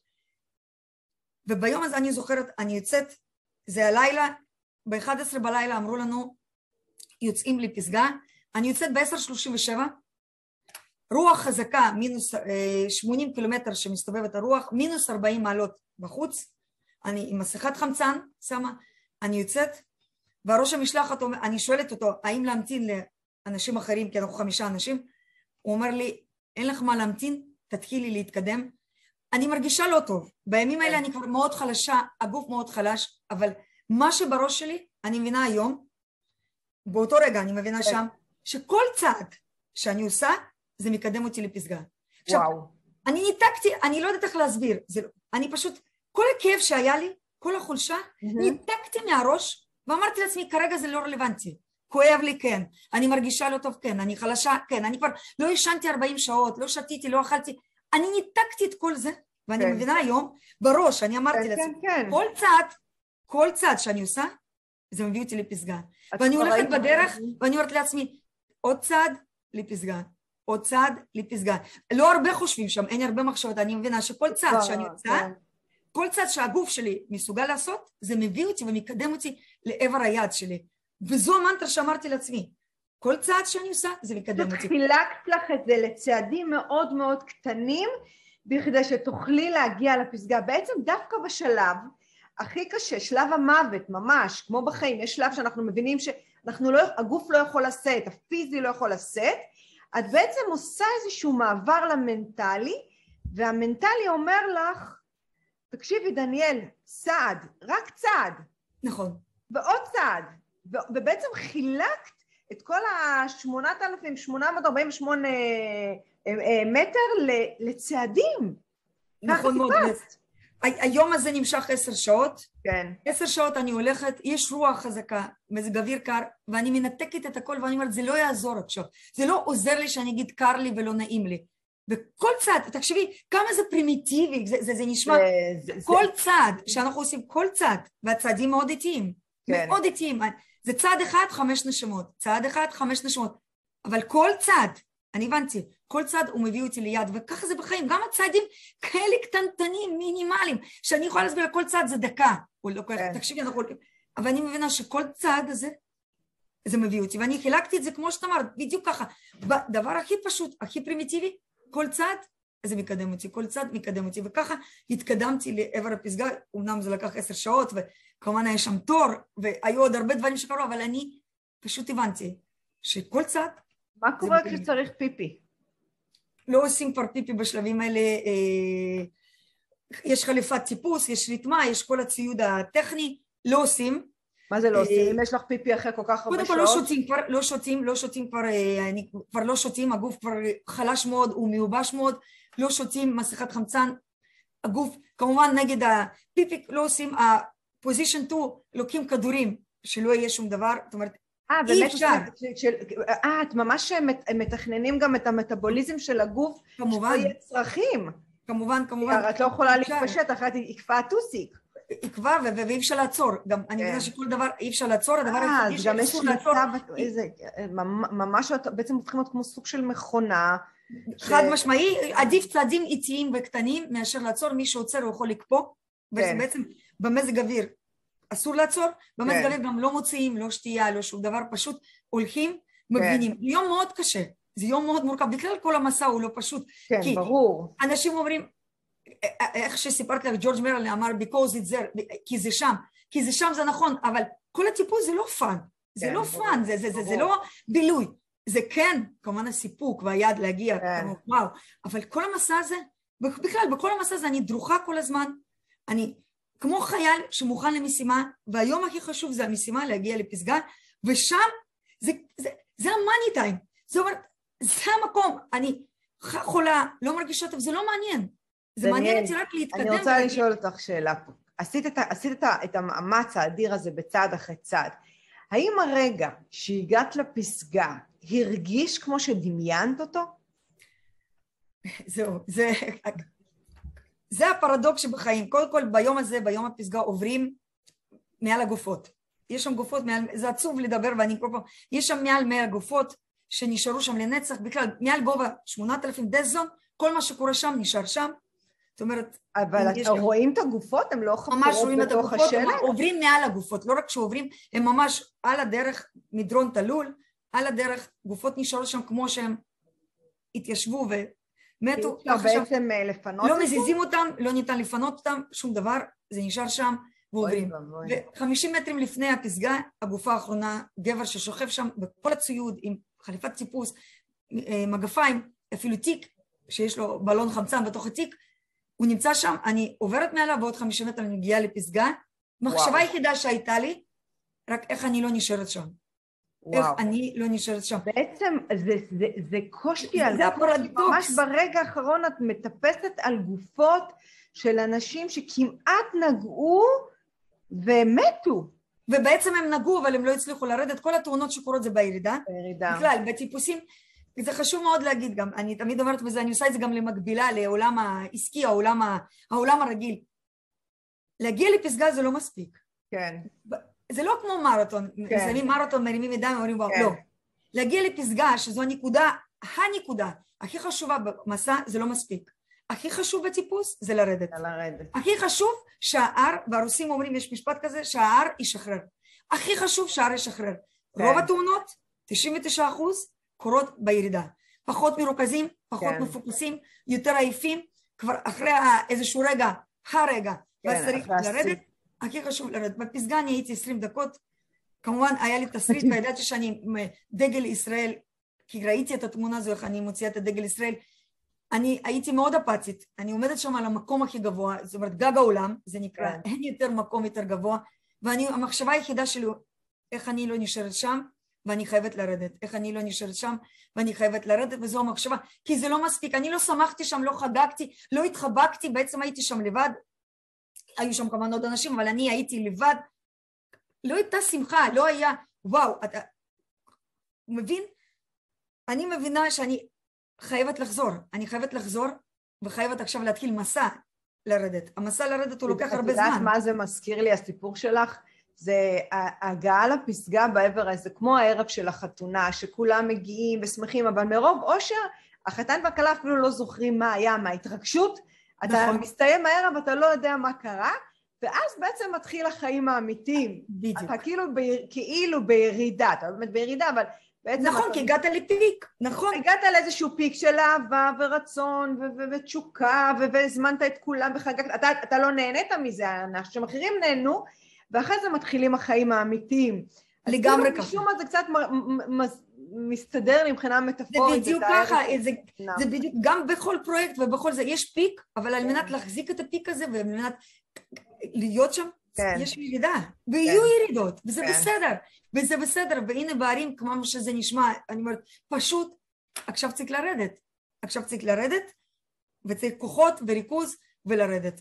וביום הזה אני זוכרת, אני יוצאת, זה הלילה, ב-11 בלילה אמרו לנו, יוצאים לפסגה, אני יוצאת ב-10:37, רוח חזקה, מינוס 80 קילומטר שמסתובבת הרוח, מינוס 40 מעלות בחוץ, אני עם מסכת חמצן, שמה, אני יוצאת, והראש המשלחת, אני שואלת אותו, האם להמתין לאנשים אחרים, כי אנחנו 5 אנשים, הוא אומר לי, אין לך מה להמתין, תתחילי להתקדם. אני מרגישה לא טוב, בימים האלה אני כבר מאוד חלשה, הגוף מאוד חלש, אבל מה שבראש שלי, אני מבינה היום, באותו רגע אני מבינה שם, שכל צעד שאני עושה, זה מקדם אותי לפסגה. עכשיו, אני ניתקתי, אני לא יודעת איך להסביר, אני פשוט, כל הכאב שהיה לי, כל החולשה, ניתקתי מהראש, ואמרתי לעצמי, כרגע זה לא רלוונטי, כואב לי כן, אני מרגישה לא טוב כן, אני חלשה כן, אני כבר לא ישנתי 40 שעות, לא שתיתי, לא אכלתי, אני ניתקתי את כל זה, ואני מבינה היום, בראש, אני אמרתי לעצמי, כל צעד שאני עושה, זה מביא אותי לפסגה, ואני הולכת בדרך, ואני אומרת לעצמי, עוד צעד לפסגה, עוד צעד לפסגה, לא הרבה חושבים שם, אין הרבה מחשבות, אני מבינה שכל צעד שאני עושה, כל צעד שהגוף שלי מסוגל לעשות, זה מביא אותי ומקדם אותי לעבר היד שלי. וזו המנטרה שאמרתי לעצמי. כל צעד שאני עושה, זה מקדם אותי. חילקת לך את זה לצעדים מאוד מאוד קטנים, בכדי שתוכלי להגיע לפסגה. בעצם דווקא בשלב הכי קשה, שלב המוות ממש, כמו בחיים, יש שלב שאנחנו מבינים שהגוף לא יכול לשאת, הפיזי לא יכול לשאת, את בעצם עושה איזשהו מעבר למנטלי, והמנטלי אומר לך, תקשיבי דניאל, צעד, רק צעד. נכון. ועוד צעד. ובעצם חילקת את כל ה-8,848 מטר לצעדים. נכון מאוד. היום הזה נמשך 10 שעות. כן. 10 שעות אני הולכת, יש רוח חזקה, מזג אוויר קר, ואני מנתקת את הכל, ואני אומרת, זה לא יעזור עכשיו. זה לא עוזר לי שאני אגיד קר לי ולא נעים לי. וכל צעד, תקשיבי, כמה זה פרימיטיבי, זה נשמע, כל צעד שאנחנו עושים, כל צעד, והצעדים מאוד איטיים, מאוד איטיים, זה צעד אחד 5 נשמות, צעד אחד 5 נשמות, אבל כל צעד אני הבנתי, כל צעד הוא מביא אותי ליד, וככה זה בחיים, גם הצעדים כאלה קטנטנים, מינימליים, שאני יכולה להסביר, כל צעד זה דקה, תקשיבי, אבל אני מבינה שכל צעד הזה, זה מביא אותי, ואני חילקתי את זה כמו שאת אמרת, בדיוק ככה, בדבר הכי פשוט, הכי פרימיטיבי, כל צעד, זה מקדם אותי, כל צעד מקדם אותי, וככה התקדמתי לעבר הפסגה, אמנם זה לקח 10 שעות, וכמובן היה שם תור, והיו עוד הרבה דברים שקרו, אבל אני פשוט הבנתי שכל צעד... מה קורה כשצריך פיפי? לא עושים כבר פיפי בשלבים האלה, יש חליפת טיפוס, יש ריתמה, יש כל הציוד הטכני, לא עושים. מה זה לא עושים? אם יש לך פיפי אחרי כל כך הרבה שעות? קודם כל לא שותים כבר לא שותים, הגוף כבר חלש מאוד, הוא מיובש מאוד, לא שותים מסכת חמצן, הגוף כמובן נגד הפיפי לא עושים, הפוזישן 2 לוקחים כדורים, שלא יהיה שום דבר, זאת אומרת, אי אפשר. את ממש מתכננים גם את המטאבוליזם של הגוף, שלא יהיה צרכים. כמובן. את לא יכולה להתפשט, אחרת יקפה הטוסיק. יקבע ואי אפשר לעצור, גם אני מבינה שכל דבר אי אפשר לעצור, הדבר היחידי שאסור לעצור. ממש בעצם הופכים להיות כמו סוג של מכונה. חד משמעי, עדיף צעדים איטיים וקטנים מאשר לעצור, מי שעוצר הוא יכול לקפוא, ובעצם במזג אוויר אסור לעצור, במזג אוויר גם לא מוציאים, לא שתייה, לא שום דבר, פשוט הולכים, מבינים. יום מאוד קשה, זה יום מאוד מורכב, בכלל כל המסע הוא לא פשוט. כן, ברור. אנשים אומרים, איך שסיפרתי לך, ג'ורג' מרל אמר, because it's there, כי זה שם זה נכון, אבל כל הטיפוס זה לא פאן, זה לא פאן, זה לא בילוי, זה כן, כמובן הסיפוק והיד להגיע, וואו, אבל כל המסע הזה, בכלל, בכל המסע הזה אני דרוכה כל הזמן, אני כמו חייל שמוכן למשימה, והיום הכי חשוב זה המשימה להגיע לפסגה, ושם זה המאני טיים, זה המקום, אני חולה, לא מרגישה טוב, זה לא מעניין, זה מעניין אותי רק להתקדם. אני רוצה לשאול אותך שאלה פה. עשית את המאמץ האדיר הזה בצעד אחרי צעד. האם הרגע שהגעת לפסגה הרגיש כמו שדמיינת אותו? זהו, זה הפרדוקס שבחיים. קודם כל ביום הזה, ביום הפסגה עוברים מעל הגופות. יש שם גופות, זה עצוב לדבר ואני כל פעם, יש שם מעל 100 גופות שנשארו שם לנצח, בכלל מעל גובה 8,000 דזון, כל מה שקורה שם נשאר שם. זאת אומרת, אבל רואים את הגופות? הם לא חפרות בתוך השלג? עוברים מעל הגופות, לא רק שעוברים, הם ממש על הדרך, מדרון תלול, על הדרך, גופות נשארו שם כמו שהם התיישבו ומתו. בעצם לפנות? לא מזיזים אותם, לא ניתן לפנות אותם, שום דבר, זה נשאר שם ועוברים. ו50 מטרים לפני הפסגה, הגופה האחרונה, גבר ששוכב שם בכל הציוד, עם חליפת טיפוס, מגפיים, אפילו תיק, שיש לו בלון חמצן בתוך התיק, הוא נמצא שם, אני עוברת מעליו ועוד 50 מטר אני מגיעה לפסגה, מחשבה היחידה שהייתה לי, רק איך אני לא נשארת שם. איך אני לא נשארת שם. בעצם זה קושי על הפרדוקס. ממש ברגע האחרון את מטפסת על גופות של אנשים שכמעט נגעו ומתו. ובעצם הם נגעו אבל הם לא הצליחו לרדת, כל התאונות שקורות זה בירידה. בכלל, בטיפוסים, זה חשוב מאוד להגיד גם, אני תמיד אומרת בזה, אני עושה את זה גם למקבילה לעולם העסקי, העולם הרגיל. להגיע לפסגה זה לא מספיק. כן. זה לא כמו מרתון, מסיימים מרתון, מרימים ידיים, אומרים וואו, לא. להגיע לפסגה, שזו הנקודה הכי חשובה במסע, זה לא מספיק. הכי חשוב בטיפוס זה לרדת. הכי חשוב שההר, והרוסים אומרים, יש משפט כזה, שההר ישחרר. הכי חשוב שההר ישחרר. רוב התאונות, 99%, קורות בירידה. פחות מרוכזים, פחות מפוקסים, יותר עייפים, כבר אחרי איזשהו רגע, ואז צריך לרדת, הכי חשוב לרדת. בפסגה אני הייתי 20 דקות, כמובן היה לי תסריט, וידעתי שאני דגל ישראל, כי ראיתי את התמונה הזו, איך אני מוציאה את הדגל ישראל, אני הייתי מאוד אפתית, אני עומדת שם על המקום הכי גבוה, זאת אומרת גג העולם, זה נקרא, אין יותר מקום יותר גבוה, והמחשבה היחידה שלי, איך אני לא נשארת שם, ואני חייבת לרדת, איך אני לא נשארת שם, ואני חייבת לרדת, וזו המחשבה, כי זה לא מספיק, אני לא שמחתי שם, לא חגגתי, לא התחבקתי, בעצם הייתי שם לבד, היו שם כמה עוד אנשים, אבל אני הייתי לבד, לא הייתה שמחה, לא היה, וואו, אתה מבין? אני מבינה שאני חייבת לחזור, וחייבת עכשיו להתחיל מסע לרדת, המסע לרדת הוא לוקח הרבה זמן. את יודעת מה זה מזכיר לי, הסיפור שלך? זה ההגעה לפסגה באברסט, זה כמו הערב של החתונה, שכולם מגיעים ושמחים, אבל מרוב אושר, החתן והכלה אפילו לא זוכרים מה היה, מה ההתרגשות, אתה מסתיים הערב, אתה לא יודע מה קרה, ואז בעצם מתחיל החיים האמיתיים. בדיוק. אתה כאילו בירידה, אתה באמת בירידה, אבל בעצם... נכון, כי הגעת לפיק, נכון. הגעת לאיזשהו פיק של אהבה ורצון ותשוקה, והזמנת את כולם וחגגת, אתה לא נהנית מזה, אנשים אחרים נהנו, ואחרי זה מתחילים החיים האמיתיים. לגמרי ככה. משום מה זה קצת מסתדר לי מבחינה מטאפורית. זה בדיוק ככה, זה בדיוק, גם בכל פרויקט ובכל זה, יש פיק, אבל על מנת להחזיק את הפיק הזה, ועל מנת להיות שם, יש ירידה, ויהיו ירידות, וזה בסדר, וזה בסדר, והנה בערים, כמו שזה נשמע, אני אומרת, פשוט, עכשיו צריך לרדת, וצריך כוחות וריכוז ולרדת,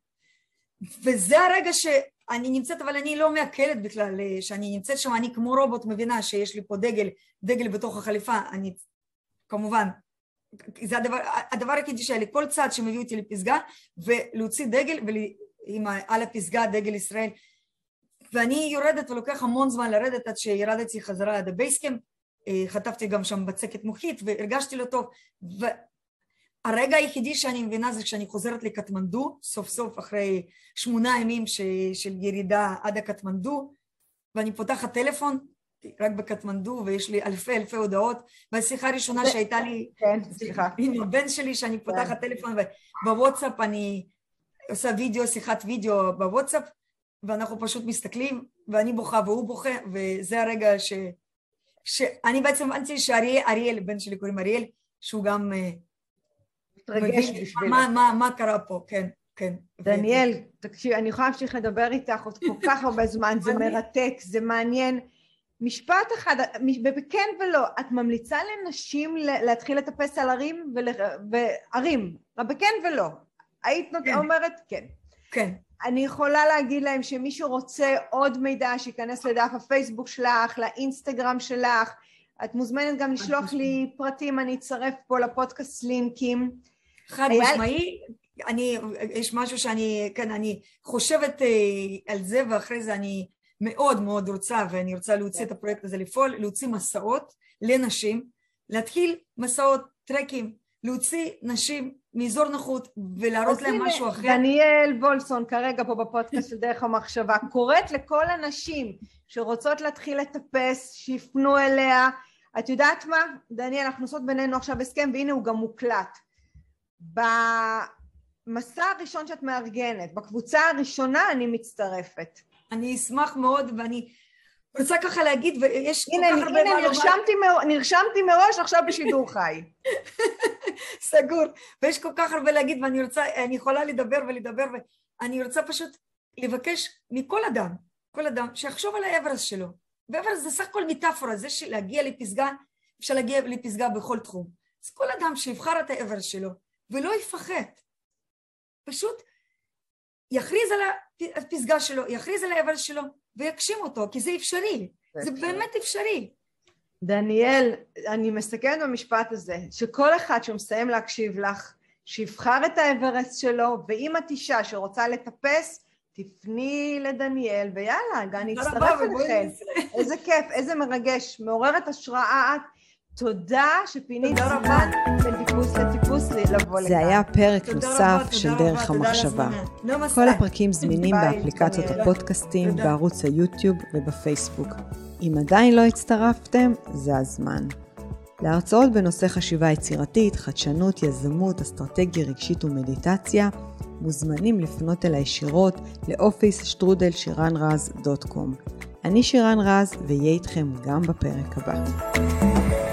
וזה הרגע שאני נמצאת, אבל אני לא מעכלת בכלל, שאני נמצאת שם, אני כמו רובוט מבינה שיש לי פה דגל בתוך החליפה, אני כמובן, זה הדבר היחידי שהיה לי, כל צעד שמביא אותי לפסגה, ולהוציא דגל, על הפסגה דגל ישראל, ואני יורדת ולוקח המון זמן לרדת, עד שירדתי חזרה עד הבייסקאמפ, חטפתי גם שם בצקת מוחית, והרגשתי לא טוב, הרגע היחידי שאני מבינה זה כשאני חוזרת לקטמנדו, סוף סוף אחרי 8 ימים של ירידה עד הקטמנדו, ואני פותחת טלפון, רק בקטמנדו, ויש לי אלפי הודעות, והשיחה הראשונה שהייתה לי, עם הבן שלי, שאני פותחת טלפון, ובוואטסאפ אני עושה שיחת וידאו בוואטסאפ, ואנחנו פשוט מסתכלים, ואני בוכה והוא בוכה, וזה הרגע שאני בעצם הבנתי שאריאל, בן שלי קוראים אריאל, שהוא גם... מתרגש בשבילה. מה קרה פה, כן. דניאל, תקשיב, אני יכולה להמשיך לדבר איתך עוד כל כך הרבה זמן, זה מרתק, זה מעניין. משפט אחד, בכן ולא, את ממליצה לנשים להתחיל לטפס על ערים וערים, בכן ולא. היית אומרת כן. כן. אני יכולה להגיד להם שמישהו רוצה עוד מידע, שיכנס לדף הפייסבוק שלך, לאינסטגרם שלך, את מוזמנת גם לשלוח לי פרטים, אני אצרף פה לפודקאסט לינקים. חד משמעי, יש משהו שאני חושבת על זה, ואחרי זה אני מאוד מאוד רוצה, ואני רוצה להוציא את הפרויקט הזה לפעול, להוציא מסעות לנשים, להתחיל מסעות, טרקים, להוציא נשים מאזור נוחות, ולהראות להם משהו אחר. דניאל וולפסון, כרגע פה בפודקאסט של דרך המחשבה, קוראת לכל הנשים שרוצות להתחיל לטפס, שיפנו אליה. את יודעת מה? דניאל, אנחנו עושות בינינו עכשיו הסכם, והנה הוא גם מוקלט. במסע הראשון שאת מארגנת, בקבוצה הראשונה אני מצטרפת. אני אשמח מאוד, ואני רוצה ככה להגיד, ויש כל כך הרבה... הנה, נרשמתי מראש עכשיו בשידור חי. סגור. ויש כל כך הרבה להגיד, ואני יכולה לדבר, ואני רוצה פשוט לבקש מכל אדם, כל אדם, שיחשוב על האברסט שלו. ואברסט זה סך הכל מטאפורה, זה להגיע לפסגה, אפשר להגיע לפסגה בכל תחום. אז כל אדם שיבחר את האברסט שלו, ולא יפחד, פשוט יכריז על הפסגה שלו, יכריז על האברסט שלו, ויגשים אותו, כי זה אפשרי, זה באמת אפשרי. דניאל, אני מסתכלת במשפט הזה, שכל אחד שמסיים להקשיב לך, שיבחר את האברסט שלו, ואם את אישה שרוצה לטפס, תפני לדניאל, ויאללה, אני אצטרף אליכם. איזה כיף, איזה מרגש, מעוררת השראה את. תודה שפינית זמן בין טיפוס לטיפוס לבוא לכאן. זה היה פרק נוסף של דרך המחשבה. כל הפרקים זמינים באפליקציות הפודקאסטים, בערוץ היוטיוב ובפייסבוק. אם עדיין לא הצטרפתם, זה הזמן. להרצאות בנושא חשיבה יצירתית, חדשנות, יזמות, אסטרטגיה רגשית ומדיטציה, מוזמנים לפנות אליי ישירות לאופיס@shiranraz.com. אני שירן רז, ואהיה איתכם גם בפרק הבא.